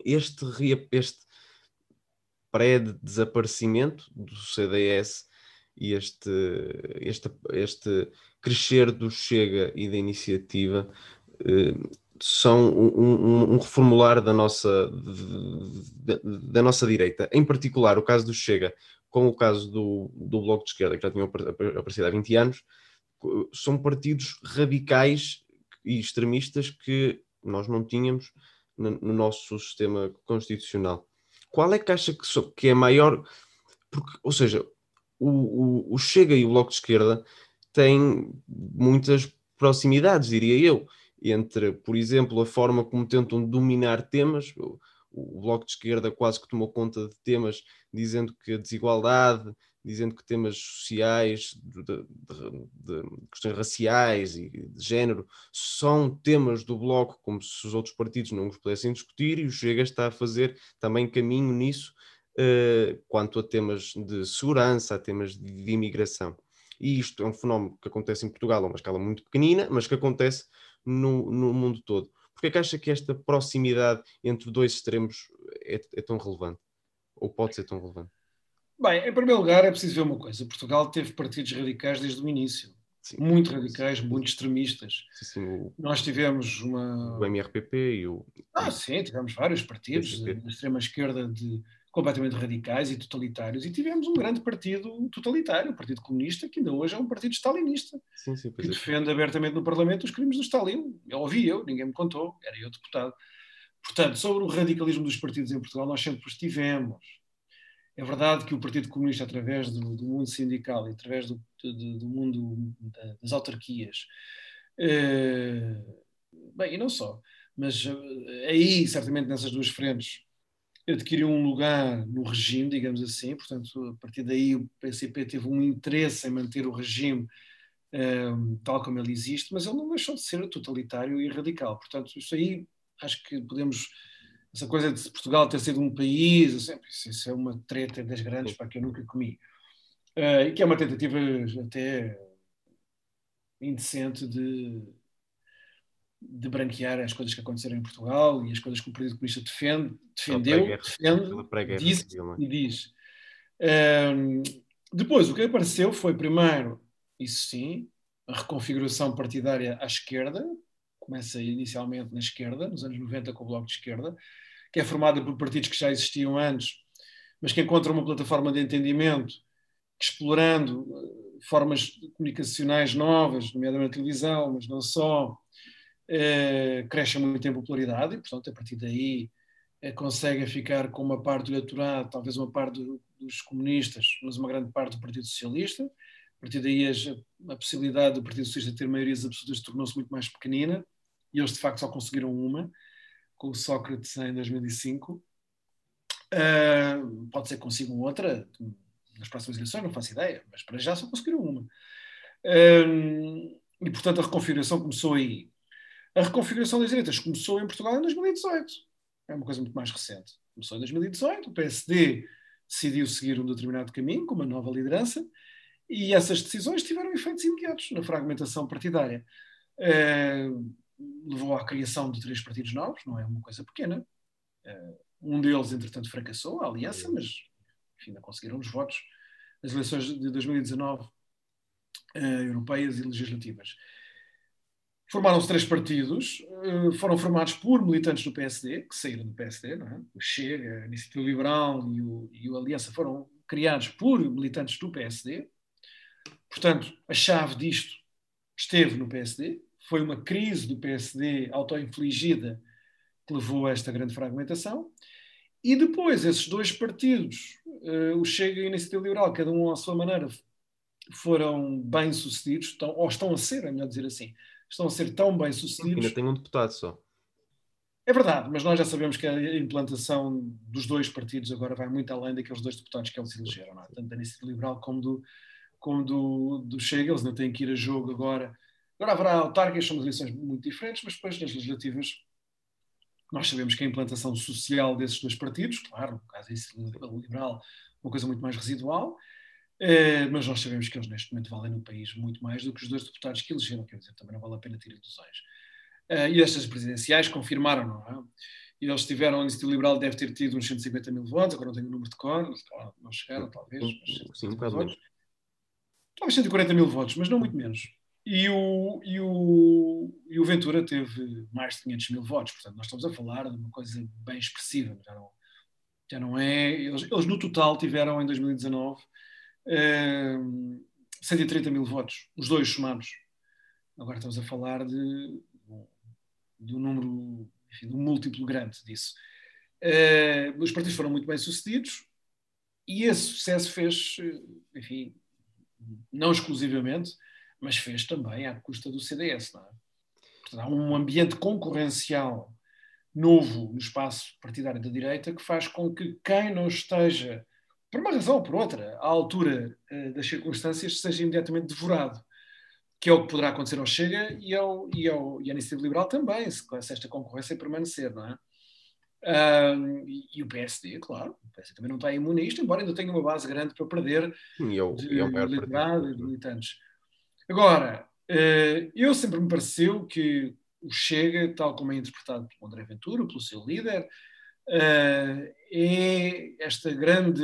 Este, este pré-desaparecimento do C D S e este, este, este crescer do Chega e da Iniciativa eh, são um, um, um reformular da nossa, da, da nossa direita. Em particular, o caso do Chega, com o caso do, do Bloco de Esquerda, que já tinham aparecido há vinte anos, são partidos radicais e extremistas que nós não tínhamos no, no nosso sistema constitucional. Qual é que acha que, so, que é maior? Porque, ou seja, o, o, o Chega e o Bloco de Esquerda têm muitas proximidades, diria eu, entre, por exemplo, a forma como tentam dominar temas. O, o Bloco de Esquerda quase que tomou conta de temas, dizendo que a desigualdade, dizendo que temas sociais, de, de, de questões raciais e de género, são temas do Bloco, como se os outros partidos não os pudessem discutir, e o Chega está a fazer também caminho nisso, uh, quanto a temas de segurança, a temas de, de imigração. E isto é um fenómeno que acontece em Portugal a uma escala muito pequenina, mas que acontece no, no mundo todo. Porquê é que acha que esta proximidade entre dois extremos é, é tão relevante? Ou pode ser tão relevante? Bem, em primeiro lugar é preciso ver uma coisa. Portugal teve partidos radicais desde o início. Sim. Muito radicais, sim, muito extremistas. Sim, sim, o, Nós tivemos uma... O M R P P e o... Ah, sim, tivemos vários partidos da extrema-esquerda de completamente radicais e totalitários, e tivemos um grande partido totalitário, o Partido Comunista, que ainda hoje é um partido stalinista, sim, sim, que é. defende abertamente no Parlamento os crimes do Stalin. Eu ouvi eu, ninguém me contou, era eu deputado. Portanto, sobre o radicalismo dos partidos em Portugal, nós sempre os tivemos. É verdade que o Partido Comunista, através do, do mundo sindical e através do, do, do mundo das autarquias, eh, bem, e não só, mas aí, certamente nessas duas frentes, adquiriu um lugar no regime, digamos assim, portanto, a partir daí o P C P teve um interesse em manter o regime um, tal como ele existe, mas ele não deixou de ser totalitário e radical. Portanto, isso aí, acho que podemos... Essa coisa de Portugal ter sido um país, isso é uma treta das grandes para que eu nunca comi. Uh, e que é uma tentativa até indecente de de branquear as coisas que aconteceram em Portugal e as coisas que o Partido Comunista defende, defendeu, defende, disse e diz. Um, depois, o que apareceu foi, primeiro, isso sim, a reconfiguração partidária à esquerda, começa inicialmente na esquerda, nos anos noventa com o Bloco de Esquerda, que é formada por partidos que já existiam antes, mas que encontram uma plataforma de entendimento que, explorando formas comunicacionais novas, nomeadamente a televisão, mas não só, Uh, cresce muito em popularidade e, portanto, a partir daí uh, consegue ficar com uma parte do eleitorado, talvez uma parte do, dos comunistas, mas uma grande parte do Partido Socialista. A partir daí as, a possibilidade do Partido Socialista de ter maiorias absolutas tornou-se muito mais pequenina e eles de facto só conseguiram uma, com o Sócrates em dois mil e cinco. Uh, pode ser que consigam outra nas próximas eleições, não faço ideia, mas para já só conseguiram uma. Uh, e, portanto, a reconfiguração começou aí. A reconfiguração das direitas começou em Portugal em dois mil e dezoito. É uma coisa muito mais recente. Começou em dois mil e dezoito, o P S D decidiu seguir um determinado caminho, com uma nova liderança, e essas decisões tiveram efeitos imediatos na fragmentação partidária. Uh, levou à criação de três partidos novos, não é uma coisa pequena. Uh, um deles, entretanto, fracassou, a aliança, mas enfim, ainda conseguiram os votos nas eleições de dois mil e dezanove, uh, europeias e legislativas. Formaram-se três partidos, foram formados por militantes do P S D, que saíram do P S D, não é? O Chega, a Iniciativa Liberal e o, e o Aliança foram criados por militantes do P S D. Portanto, a chave disto esteve no P S D. Foi uma crise do P S D auto-infligida que levou a esta grande fragmentação. E depois, esses dois partidos, o Chega e a Iniciativa Liberal, cada um à sua maneira, foram bem-sucedidos, ou estão a ser, é melhor dizer assim, estão a ser tão bem-sucedidos. Ainda tem um deputado só. É verdade, mas nós já sabemos que a implantação dos dois partidos agora vai muito além daqueles dois deputados que eles elegeram, não é? Tanto da Iniciativa Liberal como do, como do, do Chega. Eles não têm que ir a jogo agora. Agora haverá autárquicas, são eleições muito diferentes, mas depois nas legislativas nós sabemos que a implantação social desses dois partidos, claro, no caso da Iniciativa Liberal, uma coisa muito mais residual, Uh, mas nós sabemos que eles neste momento valem no país muito mais do que os dois deputados que elegeram, quer dizer, também não vale a pena ter ilusões. Uh, e estas presidenciais confirmaram, não é? E eles tiveram, a Iniciativa Liberal deve ter tido uns cento e cinquenta mil votos, agora não tenho o número de cor, não chegaram talvez, mas sim, um bocado menos. talvez cento e quarenta mil votos, mas não muito menos. E o, e, o, e o Ventura teve mais de quinhentos mil votos, portanto, nós estamos a falar de uma coisa bem expressiva. Já não, já não é. Eles, eles no total tiveram em dois mil e dezanove eh, cento e trinta mil votos, os dois somados. Agora estamos a falar de, de um número, enfim, de um múltiplo grande disso. Eh, os partidos foram muito bem sucedidos e esse sucesso fez, enfim, não exclusivamente, mas fez também à custa do C D S. Não é? Portanto, há um ambiente concorrencial novo no espaço partidário da direita que faz com que quem não esteja, por uma razão ou por outra, à altura uh, das circunstâncias, seja imediatamente devorado. Que é o que poderá acontecer ao Chega e, ao, e, ao, e à Iniciativa Liberal também, se, se esta concorrência permanecer, não é? Um, e, e o P S D, claro, o P S D também não está imune a isto, embora ainda tenha uma base grande para perder E eu, de e eu eleitorado e de militantes. Agora, uh, eu sempre me pareceu que o Chega, tal como é interpretado pelo André Ventura, pelo seu líder, uh, é esta grande...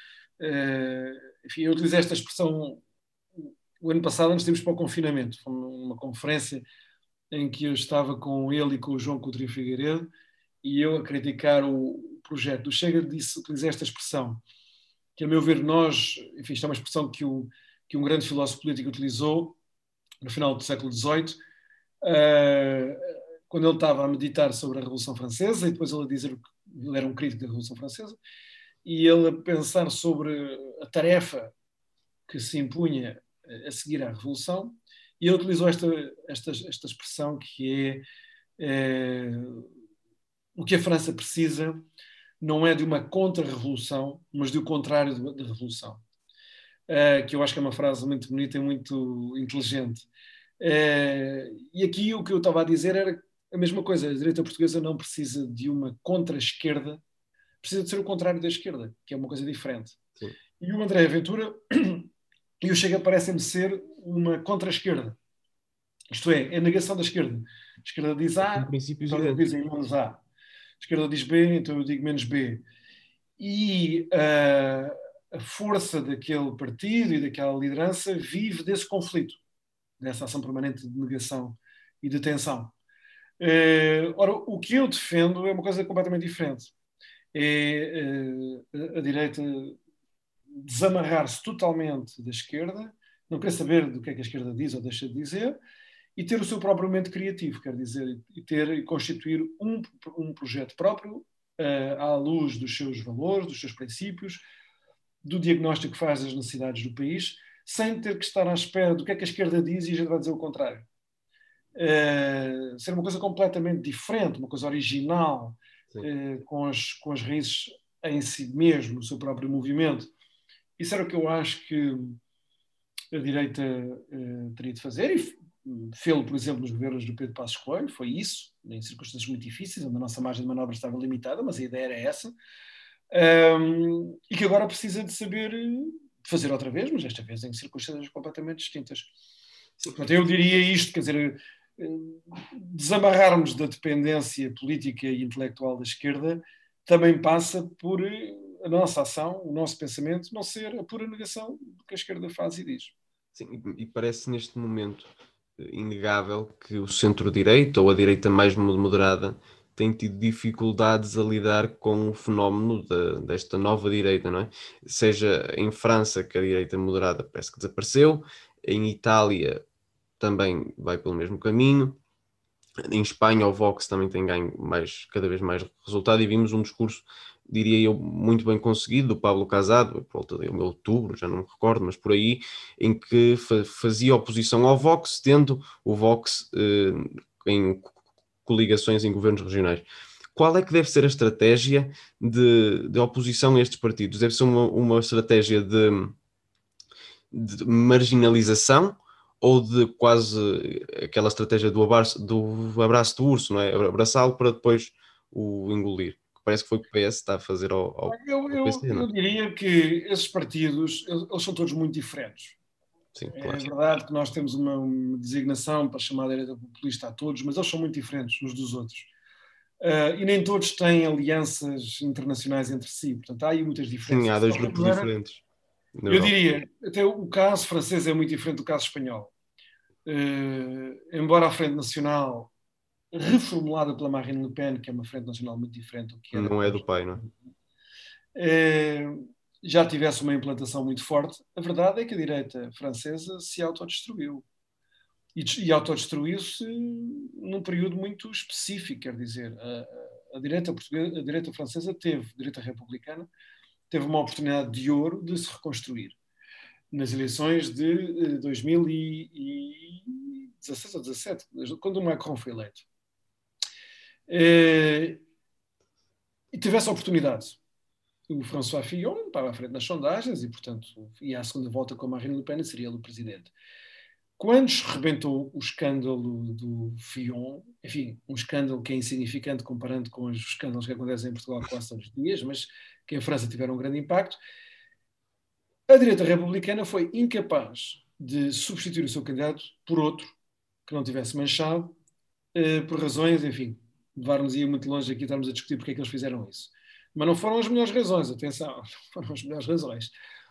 Uh, enfim, eu utilizei esta expressão o ano passado, antes de irmos para o confinamento. Foi uma conferência em que eu estava com ele e com o João Coutinho Figueiredo e eu a criticar o projeto do Chega disse, utilizei esta expressão, que a meu ver nós, enfim, isto é uma expressão que, o, que um grande filósofo político utilizou no final do século dezoito, uh, quando ele estava a meditar sobre a Revolução Francesa e depois ele a dizer que ele era um crítico da Revolução Francesa e ele a pensar sobre a tarefa que se impunha a seguir à Revolução, e ele utilizou esta, esta, esta expressão que é, é o que a França precisa não é de uma contra-revolução, mas do contrário da revolução. Uh, que eu acho que é uma frase muito bonita e muito inteligente. Uh, e aqui o que eu estava a dizer era a mesma coisa, a direita portuguesa não precisa de uma contra-esquerda, precisa de ser o contrário da esquerda, que é uma coisa diferente. Sim. E o André Ventura e o Chega parecem-me ser uma contra-esquerda. Isto é, é a negação da esquerda. A esquerda diz A, então eles dizem menos A. A esquerda diz B, então eu digo menos B. E uh, a força daquele partido e daquela liderança vive desse conflito, dessa ação permanente de negação e de tensão. Uh, ora, o que eu defendo é uma coisa completamente diferente. É uh, a direita desamarrar-se totalmente da esquerda, não querer saber do que é que a esquerda diz ou deixa de dizer, e ter o seu próprio momento criativo, quer dizer, e ter e constituir um, um projeto próprio uh, à luz dos seus valores, dos seus princípios, do diagnóstico que faz das necessidades do país, sem ter que estar à espera do que é que a esquerda diz e a gente vai dizer o contrário. Uh, ser uma coisa completamente diferente, uma coisa original, uh, com, as, com as raízes em si mesmo, no seu próprio movimento. Isso era o que eu acho que a direita uh, teria de fazer, e fê-lo, por exemplo, nos governos do Pedro Passos Coelho, foi isso, em circunstâncias muito difíceis, onde a nossa margem de manobra estava limitada, mas a ideia era essa, um, e que agora precisa de saber fazer outra vez, mas esta vez em circunstâncias completamente distintas. Portanto, eu diria isto, quer dizer, desamarrarmos da dependência política e intelectual da esquerda também passa por a nossa ação, o nosso pensamento, não ser a pura negação do que a esquerda faz e diz. Sim, e parece neste momento inegável que o centro-direita ou a direita mais moderada tem tido dificuldades a lidar com o fenómeno de, desta nova direita, não é? Seja em França, que a direita moderada parece que desapareceu, em Itália também vai pelo mesmo caminho, em Espanha o Vox também tem ganho mais, cada vez mais resultado, e vimos um discurso, diria eu, muito bem conseguido, do Pablo Casado, por volta de outubro, já não me recordo, mas por aí, em que fa- fazia oposição ao Vox, tendo o Vox eh, em coligações em governos regionais. Qual é que deve ser a estratégia de, de oposição a estes partidos? Deve ser uma, uma estratégia de, de marginalização, ou de quase aquela estratégia do abraço do, abraço do urso, não é? Abraçá-lo para depois o engolir? Parece que foi o que o P S está a fazer ao, ao, eu, ao P C, eu, não é? eu diria que esses partidos, eles, eles são todos muito diferentes. Sim, É claro. verdade que nós temos uma, uma designação para chamar a direita populista a todos, mas eles são muito diferentes uns dos outros. Uh, e nem todos têm alianças internacionais entre si, portanto há aí muitas diferenças. Sim, há De dois qualquer grupos maneira, diferentes. na Eu Europa. diria, até o caso francês é muito diferente do caso espanhol. Uh, embora a Frente Nacional, reformulada pela Marine Le Pen, que é uma Frente Nacional muito diferente do que era Não é do depois, pai, não é? uh, já tivesse uma implantação muito forte, a verdade é que a direita francesa se autodestruiu. E, e autodestruiu-se num período muito específico, quer dizer, a, a, direita portuguesa, a direita francesa teve, a direita republicana, teve uma oportunidade de ouro de se reconstruir nas eleições de dois mil e dezasseis ou dezassete, quando o Macron foi eleito. E teve essa oportunidade. O François Fillon estava à frente nas sondagens e, portanto, ia à segunda volta com a Marine Le Pen e seria ele o presidente. Quando se rebentou o escândalo do Fillon, enfim, um escândalo que é insignificante comparando com os escândalos que acontecem em Portugal quase todos os dias, mas que em França tiveram um grande impacto, a direita republicana foi incapaz de substituir o seu candidato por outro que não tivesse manchado, eh, por razões, enfim, levar-nos ia muito longe aqui, estamos a discutir porque é que eles fizeram isso. Mas não foram as melhores razões, atenção, não foram as melhores razões.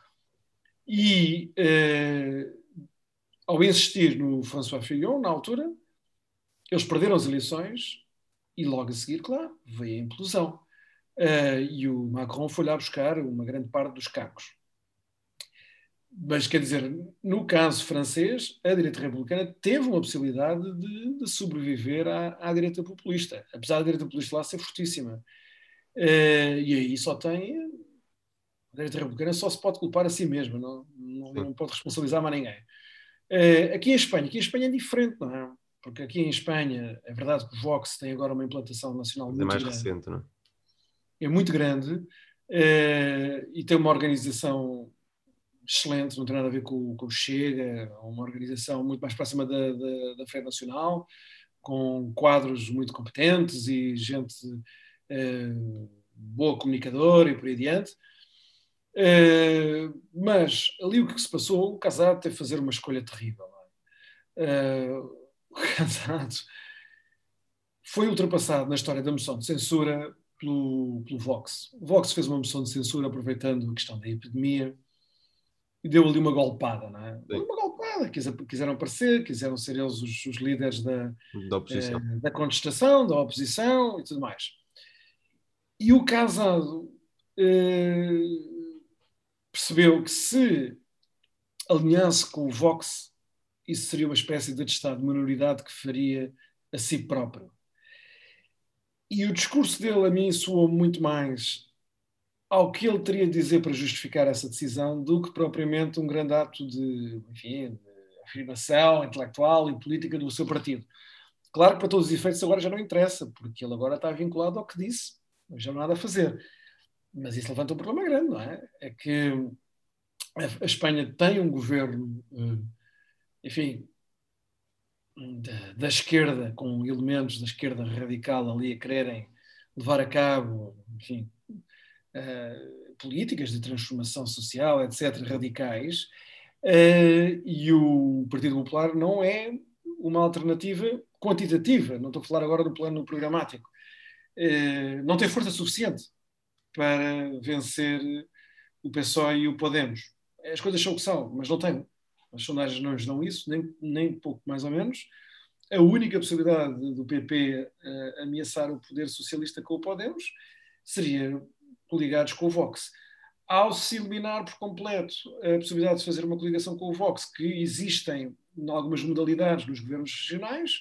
E eh, ao insistir no François Fillon, na altura, eles perderam as eleições e logo a seguir, claro, veio a implosão. Uh, e o Macron foi lá buscar uma grande parte dos cacos. Mas, quer dizer, no caso francês, a direita republicana teve uma possibilidade de, de sobreviver à, à direita populista, apesar da direita populista lá ser fortíssima. Uh, e aí só tem... A direita republicana só se pode culpar a si mesma, não, não, não pode responsabilizar mais ninguém. Uh, aqui em Espanha, aqui em Espanha é diferente, não é? Porque aqui em Espanha, é verdade que o Vox tem agora uma implantação nacional Mas muito é mais grande. recente, não é? É muito grande uh, e tem uma organização excelente, não tem nada a ver com, com o Chega, uma organização muito mais próxima da, da, da Frente Nacional, com quadros muito competentes e gente uh, boa comunicadora e por aí adiante. Uh, mas ali o que se passou, o Casado teve que fazer uma escolha terrível. Uh, o Casado foi ultrapassado na história da moção de censura pelo, pelo Vox. O Vox fez uma moção de censura aproveitando a questão da epidemia e deu ali uma golpada, não é? Sim. Uma golpada, quiseram aparecer, quiseram ser eles os, os líderes da, da oposição, eh, da contestação, da oposição e tudo mais. E o Casado eh, percebeu que se alinhasse com o Vox, isso seria uma espécie de atestado de minoridade que faria a si próprio. E o discurso dele a mim soou muito mais ao que ele teria de dizer para justificar essa decisão do que propriamente um grande ato de, enfim, de afirmação intelectual e política do seu partido. Claro que para todos os efeitos agora já não interessa, porque ele agora está vinculado ao que disse, já não há nada a fazer. Mas isso levanta um problema grande, não é? É que a Espanha tem um governo, enfim, da, da esquerda, com elementos da esquerda radical ali a quererem levar a cabo, enfim, uh, políticas de transformação social, etcétera, radicais, uh, e o Partido Popular não é uma alternativa quantitativa, não estou a falar agora do plano programático, uh, não tem força suficiente para vencer o P SOE e o Podemos. As coisas são o que são, mas não tem. As sondagens não lhes dão isso, nem, nem pouco mais ou menos. A única possibilidade do P P uh, ameaçar o poder socialista com o Podemos seria coligados com o Vox. Ao se eliminar por completo a possibilidade de fazer uma coligação com o Vox, que existem em algumas modalidades nos governos regionais,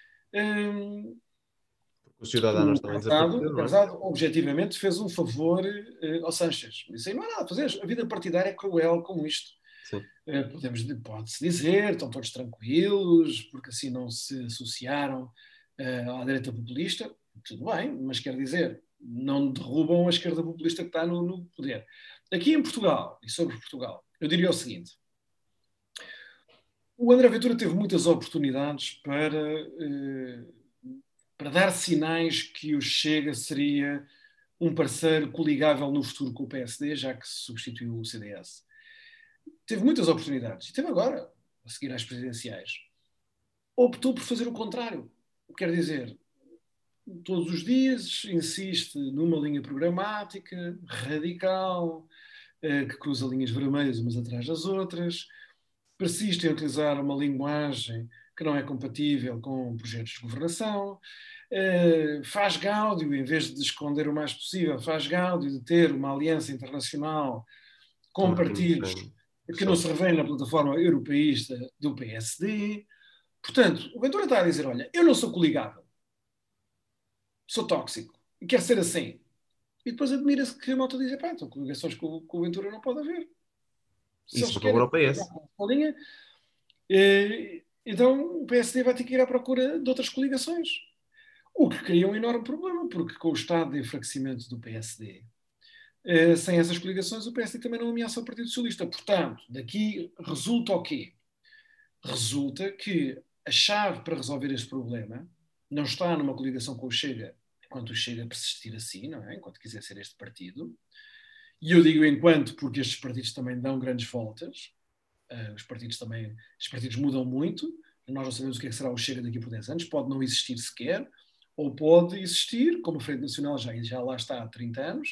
um, os cidadãos também desapareceram, o Casado objetivamente fez um favor uh, ao Sánchez. Isso aí não há nada a fazer. A vida partidária é cruel como isto. Uh, podemos, pode-se dizer, estão todos tranquilos, porque assim não se associaram uh, à direita populista. Tudo bem, mas quer dizer, não derrubam a esquerda populista que está no, no poder. Aqui em Portugal, e sobre Portugal, eu diria o seguinte. O André Ventura teve muitas oportunidades para... Uh, para dar sinais que o Chega seria um parceiro coligável no futuro com o P S D, já que se substituiu o C D S. Teve muitas oportunidades, e teve agora, a seguir às presidenciais. Optou por fazer o contrário. Quer dizer, todos os dias insiste numa linha programática, radical, que cruza linhas vermelhas umas atrás das outras, persiste em utilizar uma linguagem que não é compatível com projetos de governação, faz gáudio, em vez de esconder o mais possível, faz gáudio de ter uma aliança internacional com partidos que não se revêem na plataforma europeísta do P S D. Portanto, o Ventura está a dizer, olha, eu não sou coligável, sou tóxico, e quero ser assim. E depois admira-se que a malta diz, pá, então coligações com, com o Ventura não pode haver. Se Isso não o P S. Linha, então o P S D vai ter que ir à procura de outras coligações. O que cria um enorme problema, porque com o estado de enfraquecimento do P S D, sem essas coligações, o P S D também não ameaça o Partido Socialista. Portanto, daqui resulta o quê? Resulta que a chave para resolver este problema não está numa coligação com o Chega, enquanto o Chega persistir assim, não é? Enquanto quiser ser este partido. E eu digo enquanto porque estes partidos também dão grandes voltas. Uh, os partidos também, os partidos mudam muito. Nós não sabemos o que é que será o Chega daqui por dez anos. Pode não existir sequer, ou pode existir, como a Frente Nacional já, já lá está há trinta anos,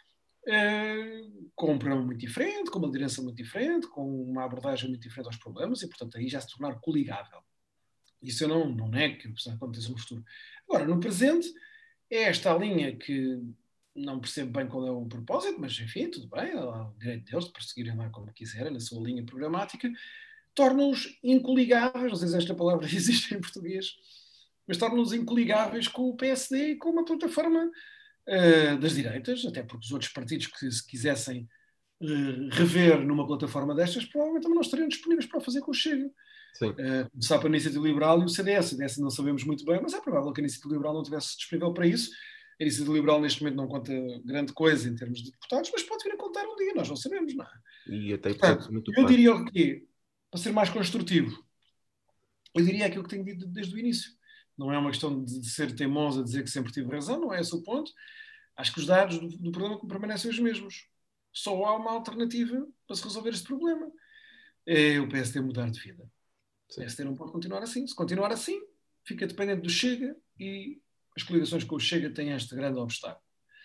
uh, com um programa muito diferente, com uma liderança muito diferente, com uma abordagem muito diferente aos problemas, e portanto aí já se tornar coligável. Isso eu não, não nego que isso aconteça no futuro. Agora, no presente, é esta a linha que não percebo bem qual é o propósito, mas enfim, tudo bem, há o direito deles de perseguirem lá como quiserem, na sua linha programática, torna-os incoligáveis, não sei se esta palavra existe em português, mas torna-os incoligáveis com o P S D e com uma plataforma uh, das direitas, até porque os outros partidos que se quisessem uh, rever numa plataforma destas, provavelmente também não estariam disponíveis para o fazer com o Chega. Uh, começar para a Iniciativa Liberal e o C D S. O C D S não sabemos muito bem, mas é provável que a Iniciativa Liberal não estivesse disponível para isso. A Iniciativa Liberal neste momento não conta grande coisa em termos de deputados, mas pode vir a contar um dia, nós não sabemos, não é? E até Portanto, eu diria o quê? Para ser mais construtivo, eu diria aquilo que tenho dito desde o início. Não é uma questão de ser teimosa, dizer que sempre tive razão, não é esse o ponto. Acho que os dados do, do problema permanecem os mesmos. Só há uma alternativa para se resolver este problema. É o P S D mudar de vida. O P S D não pode continuar assim. Se continuar assim, fica dependente do Chega e as coligações com o Chega têm este grande obstáculo.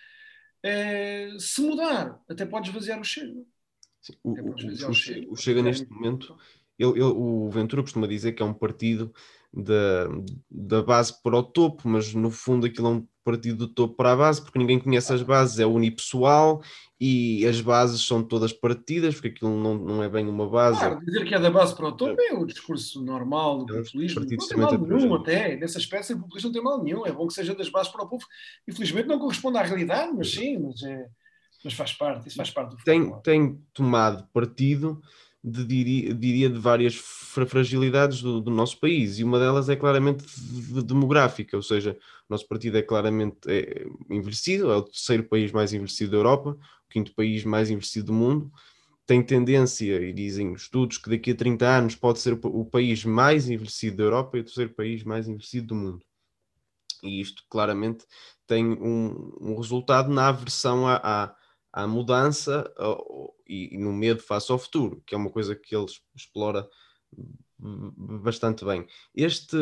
É, se mudar, até pode esvaziar o Chega. Sim, o, o, o, o, Chega, o Chega neste momento, ele, ele, o Ventura costuma dizer que é um partido da, da base para o topo, mas no fundo aquilo é um partido do topo para a base, porque ninguém conhece as bases, é unipessoal e as bases são todas partidas, porque aquilo não, não é bem uma base. Claro, dizer que é da base para o topo é, é o discurso normal do populismo. Não tem mal nenhum até, nessa espécie de populismo não tem mal nenhum, é bom que seja das bases para o povo. Infelizmente não corresponde à realidade, mas sim, mas, é, mas faz parte, isso faz parte do tem, tem tomado partido de, diria, diria, de várias fragilidades do, do nosso país, e uma delas é claramente de, de demográfica, ou seja, o nosso partido é claramente é, envelhecido, é o terceiro país mais envelhecido da Europa, o quinto país mais envelhecido do mundo, tem tendência, e dizem estudos, que daqui a trinta anos pode ser o, o país mais envelhecido da Europa e o terceiro país mais envelhecido do mundo. E isto claramente tem um, um resultado na aversão à, à, à mudança e, e no medo face ao futuro, que é uma coisa que ele explora bastante bem. Este,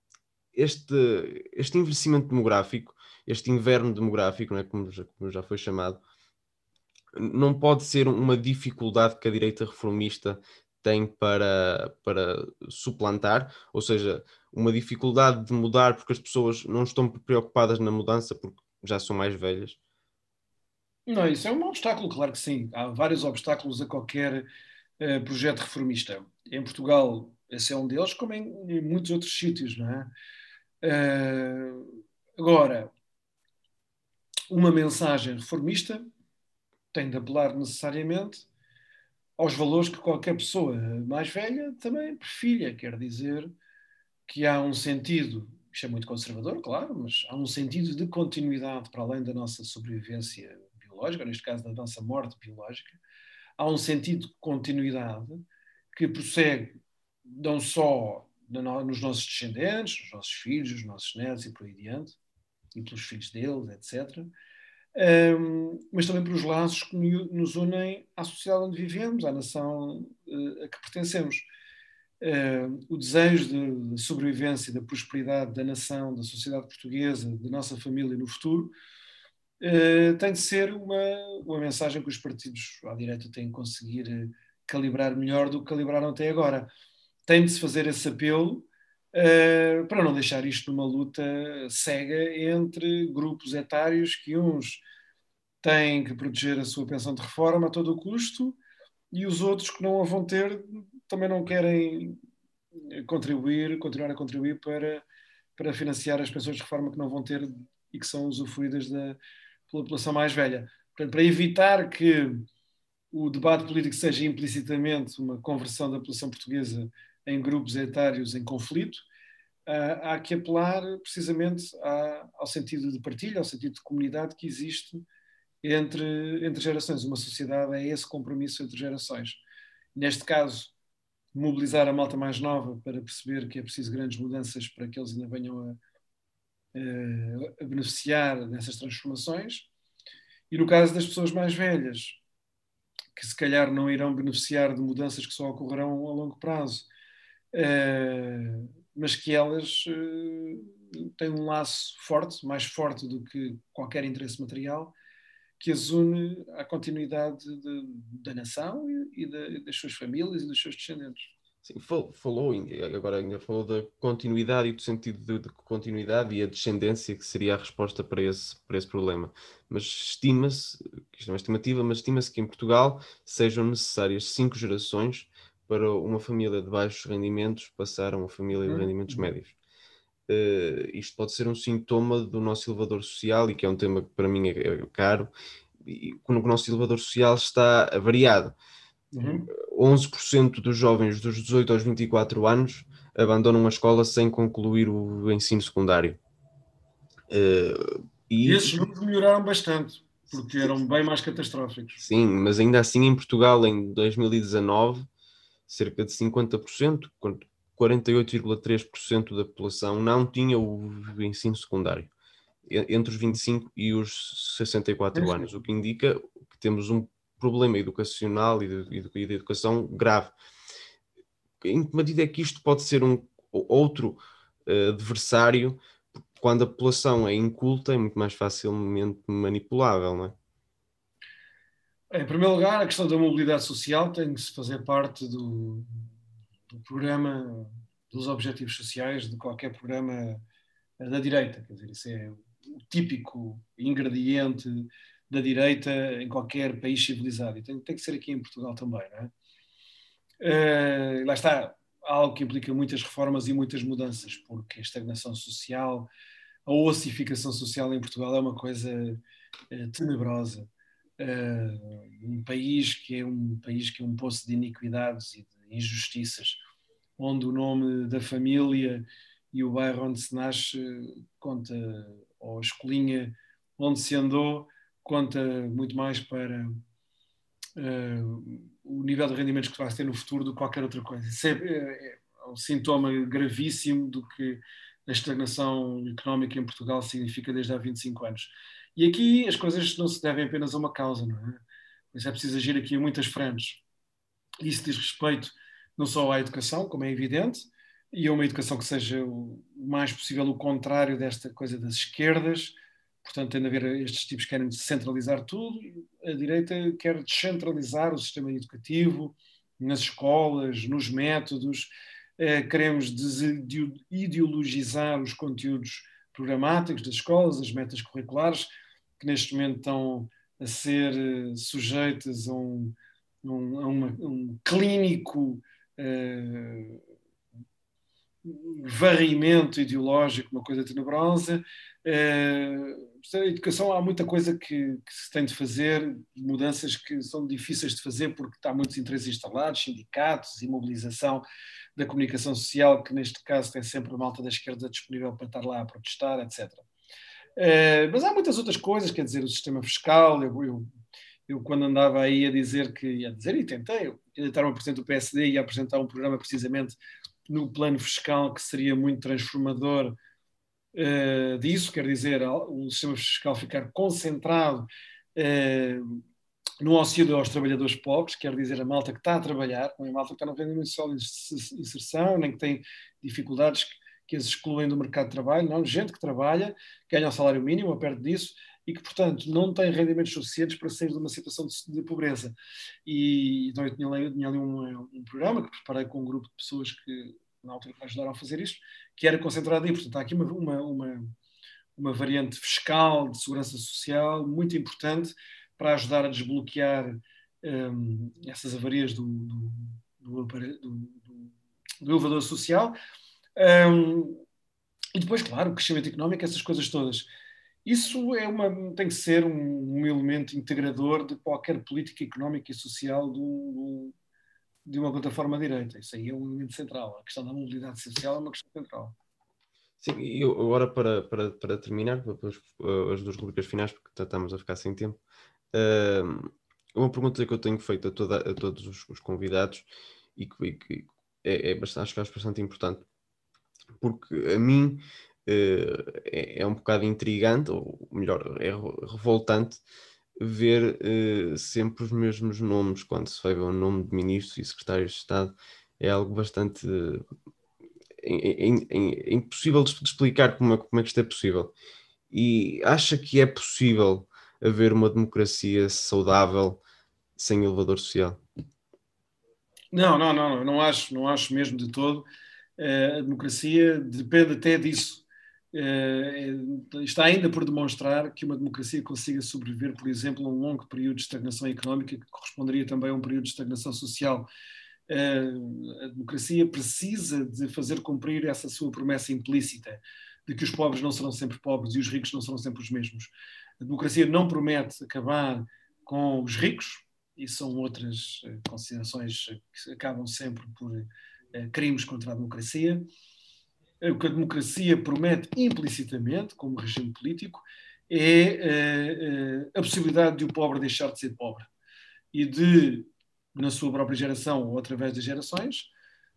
este, este envelhecimento demográfico, este inverno demográfico, não é, como, já, como já foi chamado, não pode ser uma dificuldade que a direita reformista tem para, para suplantar, ou seja, uma dificuldade de mudar porque as pessoas não estão preocupadas na mudança porque já são mais velhas? Não, isso é um obstáculo, claro que sim. Há vários obstáculos a qualquer uh, projeto reformista. Em Portugal, esse é um deles, como em, em muitos outros sítios, não é? Uh, agora, uma mensagem reformista tem de apelar necessariamente aos valores que qualquer pessoa mais velha também prefilha. Quer dizer que há um sentido, isto é muito conservador, claro, mas há um sentido de continuidade para além da nossa sobrevivência biológica, neste caso da nossa morte biológica. Há um sentido de continuidade que prossegue não só nos nossos descendentes, nos nossos filhos, nos nossos netos e por aí adiante, e pelos filhos deles, etcétera, Um, mas também pelos laços que nos unem à sociedade onde vivemos, à nação uh, a que pertencemos. Uh, o desejo de, de sobrevivência, da prosperidade da nação, da sociedade portuguesa, da nossa família no futuro, uh, tem de ser uma, uma mensagem que os partidos à direita têm que conseguir uh, calibrar melhor do que calibraram até agora. Tem de se fazer esse apelo uh, para não deixar isto numa luta cega entre grupos etários que uns têm que proteger a sua pensão de reforma a todo o custo e os outros que não a vão ter também não querem contribuir, continuar a contribuir para, para financiar as pensões de reforma que não vão ter e que são usufruídas da, pela população mais velha. Portanto, para evitar que o debate político seja implicitamente uma conversão da população portuguesa em grupos etários em conflito, há que apelar precisamente ao sentido de partilha, ao sentido de comunidade que existe entre, entre gerações. Uma sociedade é esse compromisso entre gerações. Neste caso, mobilizar a malta mais nova para perceber que é preciso grandes mudanças para que eles ainda venham a, a, a beneficiar dessas transformações. E no caso das pessoas mais velhas, que se calhar não irão beneficiar de mudanças que só ocorrerão a longo prazo, uh, mas que elas uh, têm um laço forte, mais forte do que qualquer interesse material, que as une à continuidade de, da nação e, e de, das suas famílias e dos seus descendentes. Sim, falou, agora ainda falou da continuidade e do sentido de, de continuidade e a descendência que seria a resposta para esse, para esse problema. Mas estima-se, isto é uma estimativa, mas estima-se que em Portugal sejam necessárias cinco gerações para uma família de baixos rendimentos passar a uma família de rendimentos médios. Uh, isto pode ser um sintoma do nosso elevador social, e que é um tema que para mim é caro, e o nosso elevador social está variado. Uhum. onze por cento dos jovens dos dezoito aos vinte e quatro anos abandonam a escola sem concluir o ensino secundário. Uh, e... e esses números melhoraram bastante, porque eram bem mais catastróficos. Sim, mas ainda assim em Portugal, em dois mil e dezanove, cerca de cinquenta por cento, quarenta e oito vírgula três por cento da população não tinha o ensino secundário, entre os vinte e cinco e os sessenta e quatro anos, o que indica que temos um problema educacional e de, e de educação grave. Em que medida é que isto pode ser um outro uh, adversário? Quando a população é inculta, é muito mais facilmente manipulável, não é? Em primeiro lugar, a questão da mobilidade social tem que se fazer parte do, do programa dos objetivos sociais de qualquer programa da direita. Quer dizer, isso é o típico ingrediente da direita em qualquer país civilizado. E tem, tem que ser aqui em Portugal também, não é? Uh, lá está, algo que implica muitas reformas e muitas mudanças, porque a estagnação social, a ossificação social em Portugal é uma coisa uh, tenebrosa. Uh, um país que é um país que é um poço de iniquidades e de injustiças, onde o nome da família e o bairro onde se nasce conta, ou a escolinha onde se andou, conta muito mais para uh, o nível de rendimentos que vai ter no futuro do que qualquer outra coisa. Isso é, é, é um sintoma gravíssimo do que a estagnação económica em Portugal significa desde há vinte e cinco anos. E aqui as coisas não se devem apenas a uma causa, não é? Mas é preciso agir aqui a muitas frentes. Isso diz respeito não só à educação, como é evidente, e a uma educação que seja o mais possível o contrário desta coisa das esquerdas. Portanto, tem de haver estes tipos que querem centralizar tudo, a direita quer descentralizar o sistema educativo, nas escolas, nos métodos, eh, queremos ideologizar os conteúdos programáticos das escolas, as metas curriculares, que neste momento estão a ser sujeitas a um, um, a uma, um clínico eh, varrimento ideológico, uma coisa tenebrosa. Uh, a educação, há muita coisa que, que se tem de fazer, mudanças que são difíceis de fazer porque há muitos interesses instalados, sindicatos e mobilização da comunicação social, que neste caso tem sempre a malta da esquerda disponível para estar lá a protestar, etcétera. Uh, mas há muitas outras coisas, quer dizer, o sistema fiscal, eu, eu, eu quando andava aí a dizer que, ia dizer e tentei, eu candidatar-me a presidente do P S D e a apresentar um programa precisamente no plano fiscal que seria muito transformador uh, disso, quer dizer, o sistema fiscal ficar concentrado uh, no auxílio aos trabalhadores pobres, quer dizer, a malta que está a trabalhar, não é a malta que está no rendimento social de inserção, nem que tem dificuldades que, que as excluem do mercado de trabalho, não, gente que trabalha, ganha o salário mínimo, ou perto disso, e que, portanto, não têm rendimentos suficientes para sair de uma situação de, de pobreza. E então eu tinha, eu tinha ali um, um programa que preparei com um grupo de pessoas que na altura me ajudaram a fazer isto, que era concentrado aí. Portanto, há aqui uma, uma, uma, uma variante fiscal, de segurança social, muito importante para ajudar a desbloquear um, essas avarias do, do, do, do, do elevador social. Um, e depois, claro, o crescimento económico, essas coisas todas. Isso é uma, tem que ser um, um elemento integrador de qualquer política económica e social do, de uma plataforma direita. Isso aí é um elemento central. A questão da mobilidade social é uma questão central. Sim, e eu, agora para, para, para terminar, depois, uh, as duas rubricas finais, porque já estamos a ficar sem tempo, uh, uma pergunta que eu tenho feito a, toda, a todos os, os convidados e que, e que é, é bastante, acho que é bastante importante, porque a mim uh, é, é um bocado intrigante, ou melhor, é revoltante, ver uh, sempre os mesmos nomes quando se vai ver o nome de ministros e secretários de Estado. É algo bastante uh, é, é, é impossível de explicar como é, como é que isto é possível. E acha que é possível haver uma democracia saudável sem elevador social? Não, não, não, não acho, não acho mesmo de todo. Uh, a democracia depende até disso. Uh, está ainda por demonstrar que uma democracia consiga sobreviver, por exemplo, a um longo período de estagnação económica, que corresponderia também a um período de estagnação social. Uh, a democracia precisa de fazer cumprir essa sua promessa implícita de que os pobres não serão sempre pobres e os ricos não serão sempre os mesmos. A democracia não promete acabar com os ricos, e são outras uh, considerações que acabam sempre por uh, crimes contra a democracia. O que a democracia promete implicitamente, como regime político, é uh, uh, a possibilidade de o pobre deixar de ser pobre e de, na sua própria geração ou através das gerações,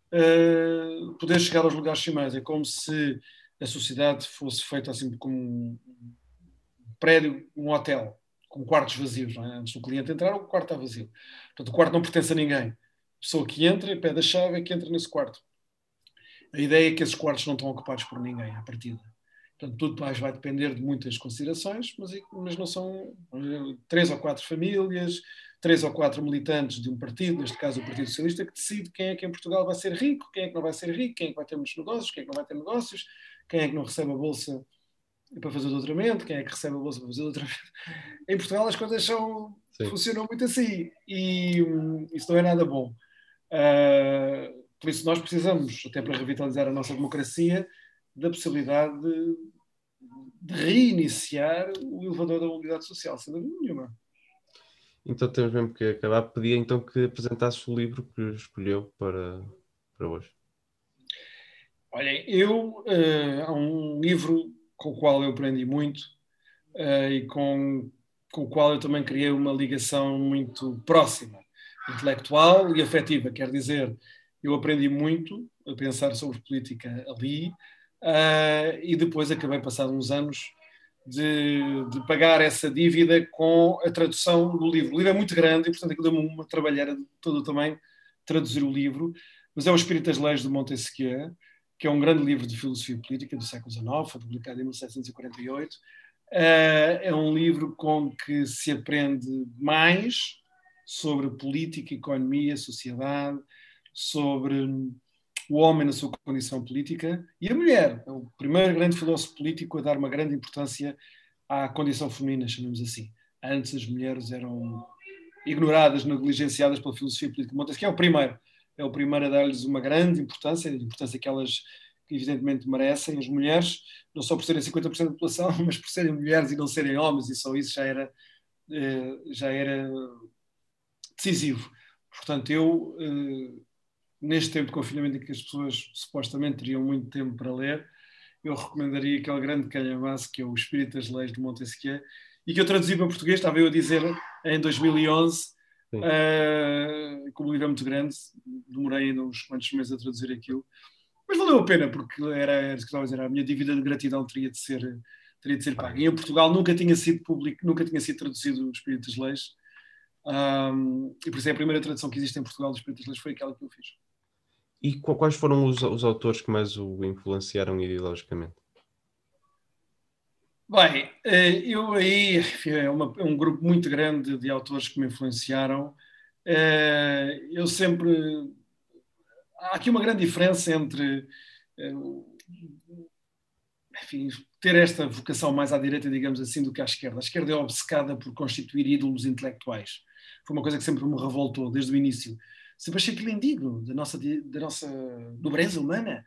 uh, poder chegar aos lugares cimais. É como se a sociedade fosse feita assim como um prédio, um hotel, com quartos vazios. Não é? Antes do cliente entrar, o quarto está vazio. Portanto, o quarto não pertence a ninguém. A pessoa que entra, pede a chave, é que entra nesse quarto. A ideia é que esses quartos não estão ocupados por ninguém, à partida. Portanto, tudo mais vai depender de muitas considerações, mas, mas não são três ou quatro famílias, três ou quatro militantes de um partido, neste caso o Partido Socialista, que decide quem é que em Portugal vai ser rico, quem é que não vai ser rico, quem é que vai ter muitos negócios, quem é que não vai ter negócios, quem é que não recebe a bolsa para fazer o doutoramento, quem é que recebe a bolsa para fazer o doutoramento. Em Portugal as coisas são, funcionam muito assim e hum, isso não é nada bom. Uh, por isso nós precisamos, até para revitalizar a nossa democracia, da possibilidade de, de reiniciar o elevador da mobilidade social, sem dúvida nenhuma. Então temos mesmo que acabar. Pedia então que apresentasse o livro que escolheu para, para hoje. Olhem, eu uh, há um livro com o qual eu aprendi muito uh, e com, com o qual eu também criei uma ligação muito próxima, intelectual e afetiva. Quer dizer, eu aprendi muito a pensar sobre política ali uh, e depois acabei, passado uns anos, de, de pagar essa dívida com a tradução do livro. O livro é muito grande e, portanto, aquilo deu-me uma trabalheira de todo o tamanho traduzir o livro, mas é O Espírito das Leis de Montesquieu, que é um grande livro de filosofia política do século dezenove, foi publicado em mil setecentos e quarenta e oito. Uh, é um livro com que se aprende mais sobre política, economia, sociedade, sobre o homem na sua condição política e a mulher. É o primeiro grande filósofo político a dar uma grande importância à condição feminina, chamamos assim. Antes as mulheres eram ignoradas, negligenciadas pela filosofia política de Montesquieu, é o primeiro. É o primeiro a dar-lhes uma grande importância, a importância que elas evidentemente merecem, as mulheres, não só por serem cinquenta por cento da população, mas por serem mulheres e não serem homens, e só isso já era, já era decisivo. Portanto, eu, neste tempo de confinamento em que as pessoas supostamente teriam muito tempo para ler, eu recomendaria aquele grande calhamaço que é O Espírito das Leis de Montesquieu, e que eu traduzi para português, estava eu a dizer, em dois mil e onze, uh, como o livro é muito grande, demorei ainda uns quantos meses a traduzir aquilo, mas valeu a pena, porque era, era isso que estava a dizer, a minha dívida de gratidão teria de ser, teria de ser paga. E em Portugal nunca tinha sido público, nunca tinha sido traduzido O Espírito das Leis, um, e por isso é a primeira tradução que existe em Portugal do Espírito das Leis foi aquela que eu fiz. E quais foram os, os autores que mais o influenciaram ideologicamente? Bem, eh, eu aí, enfim, é, uma- é um grupo muito grande de autores que me influenciaram. Eh, Eu sempre. Há aqui uma grande diferença entre, eh, enfim, ter esta vocação mais à direita, digamos assim, do que à esquerda. A esquerda é obcecada por constituir ídolos intelectuais. Foi uma coisa que sempre me revoltou desde o início. Sempre achei aquilo indigno da nossa, da nossa nobreza humana.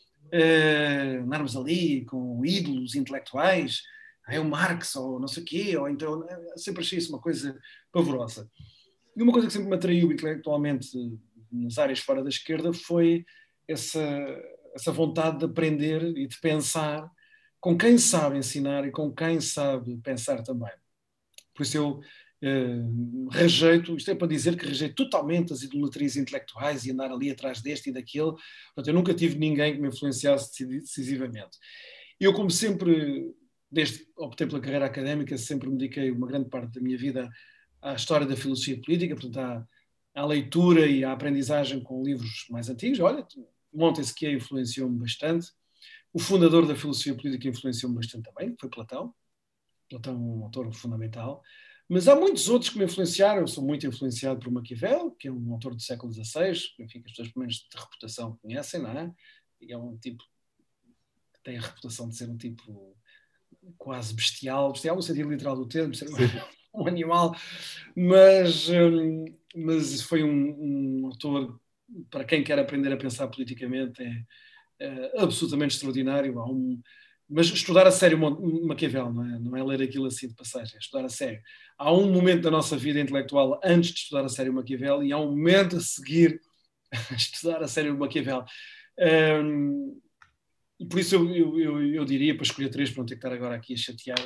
Uh, andarmos ali com ídolos intelectuais, é o Marx ou não sei o quê, ou então sempre achei isso uma coisa pavorosa. E uma coisa que sempre me atraiu intelectualmente nas áreas fora da esquerda foi essa, essa vontade de aprender e de pensar com quem sabe ensinar e com quem sabe pensar também. Por isso eu eh, rejeito, isto é para dizer que rejeito totalmente as idolatrias intelectuais e andar ali atrás deste e daquele. Portanto, eu nunca tive ninguém que me influenciasse decisivamente. Eu, como sempre, desde que optei pela carreira académica, sempre me dediquei uma grande parte da minha vida à história da filosofia política, portanto, à, à leitura e à aprendizagem com livros mais antigos. Olha, Montesquieu influenciou-me bastante. O fundador da filosofia política influenciou-me bastante também, que foi Platão. Platão é um autor fundamental. Mas há muitos outros que me influenciaram. Eu sou muito influenciado por Maquiavel, que é um autor do século dezasseis, enfim, que as pessoas, pelo menos de reputação, conhecem, não é? E é um tipo que tem a reputação de ser um tipo quase bestial, bestial no sentido literal do termo, ser um, um animal, mas, hum, mas foi um, um autor, para quem quer aprender a pensar politicamente, é, é absolutamente extraordinário. Há um, mas estudar a sério Maquiavel, não é? Não é ler aquilo assim de passagem, é estudar a sério. Há um momento da nossa vida intelectual antes de estudar a sério Maquiavel e há um momento a seguir a estudar a sério Maquiavel. Um, e por isso eu, eu, eu, eu diria, para escolher três, para não ter que estar agora aqui a chatear,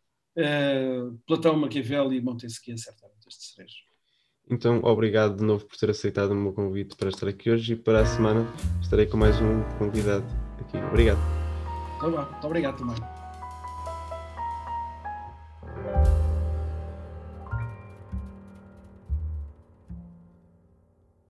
uh, Platão, Maquiavel e Montesquieu, certamente, estes três. Então, obrigado de novo por ter aceitado o meu convite para estar aqui hoje, e para a semana estarei com mais um convidado aqui. Obrigado. Então, muito obrigado também.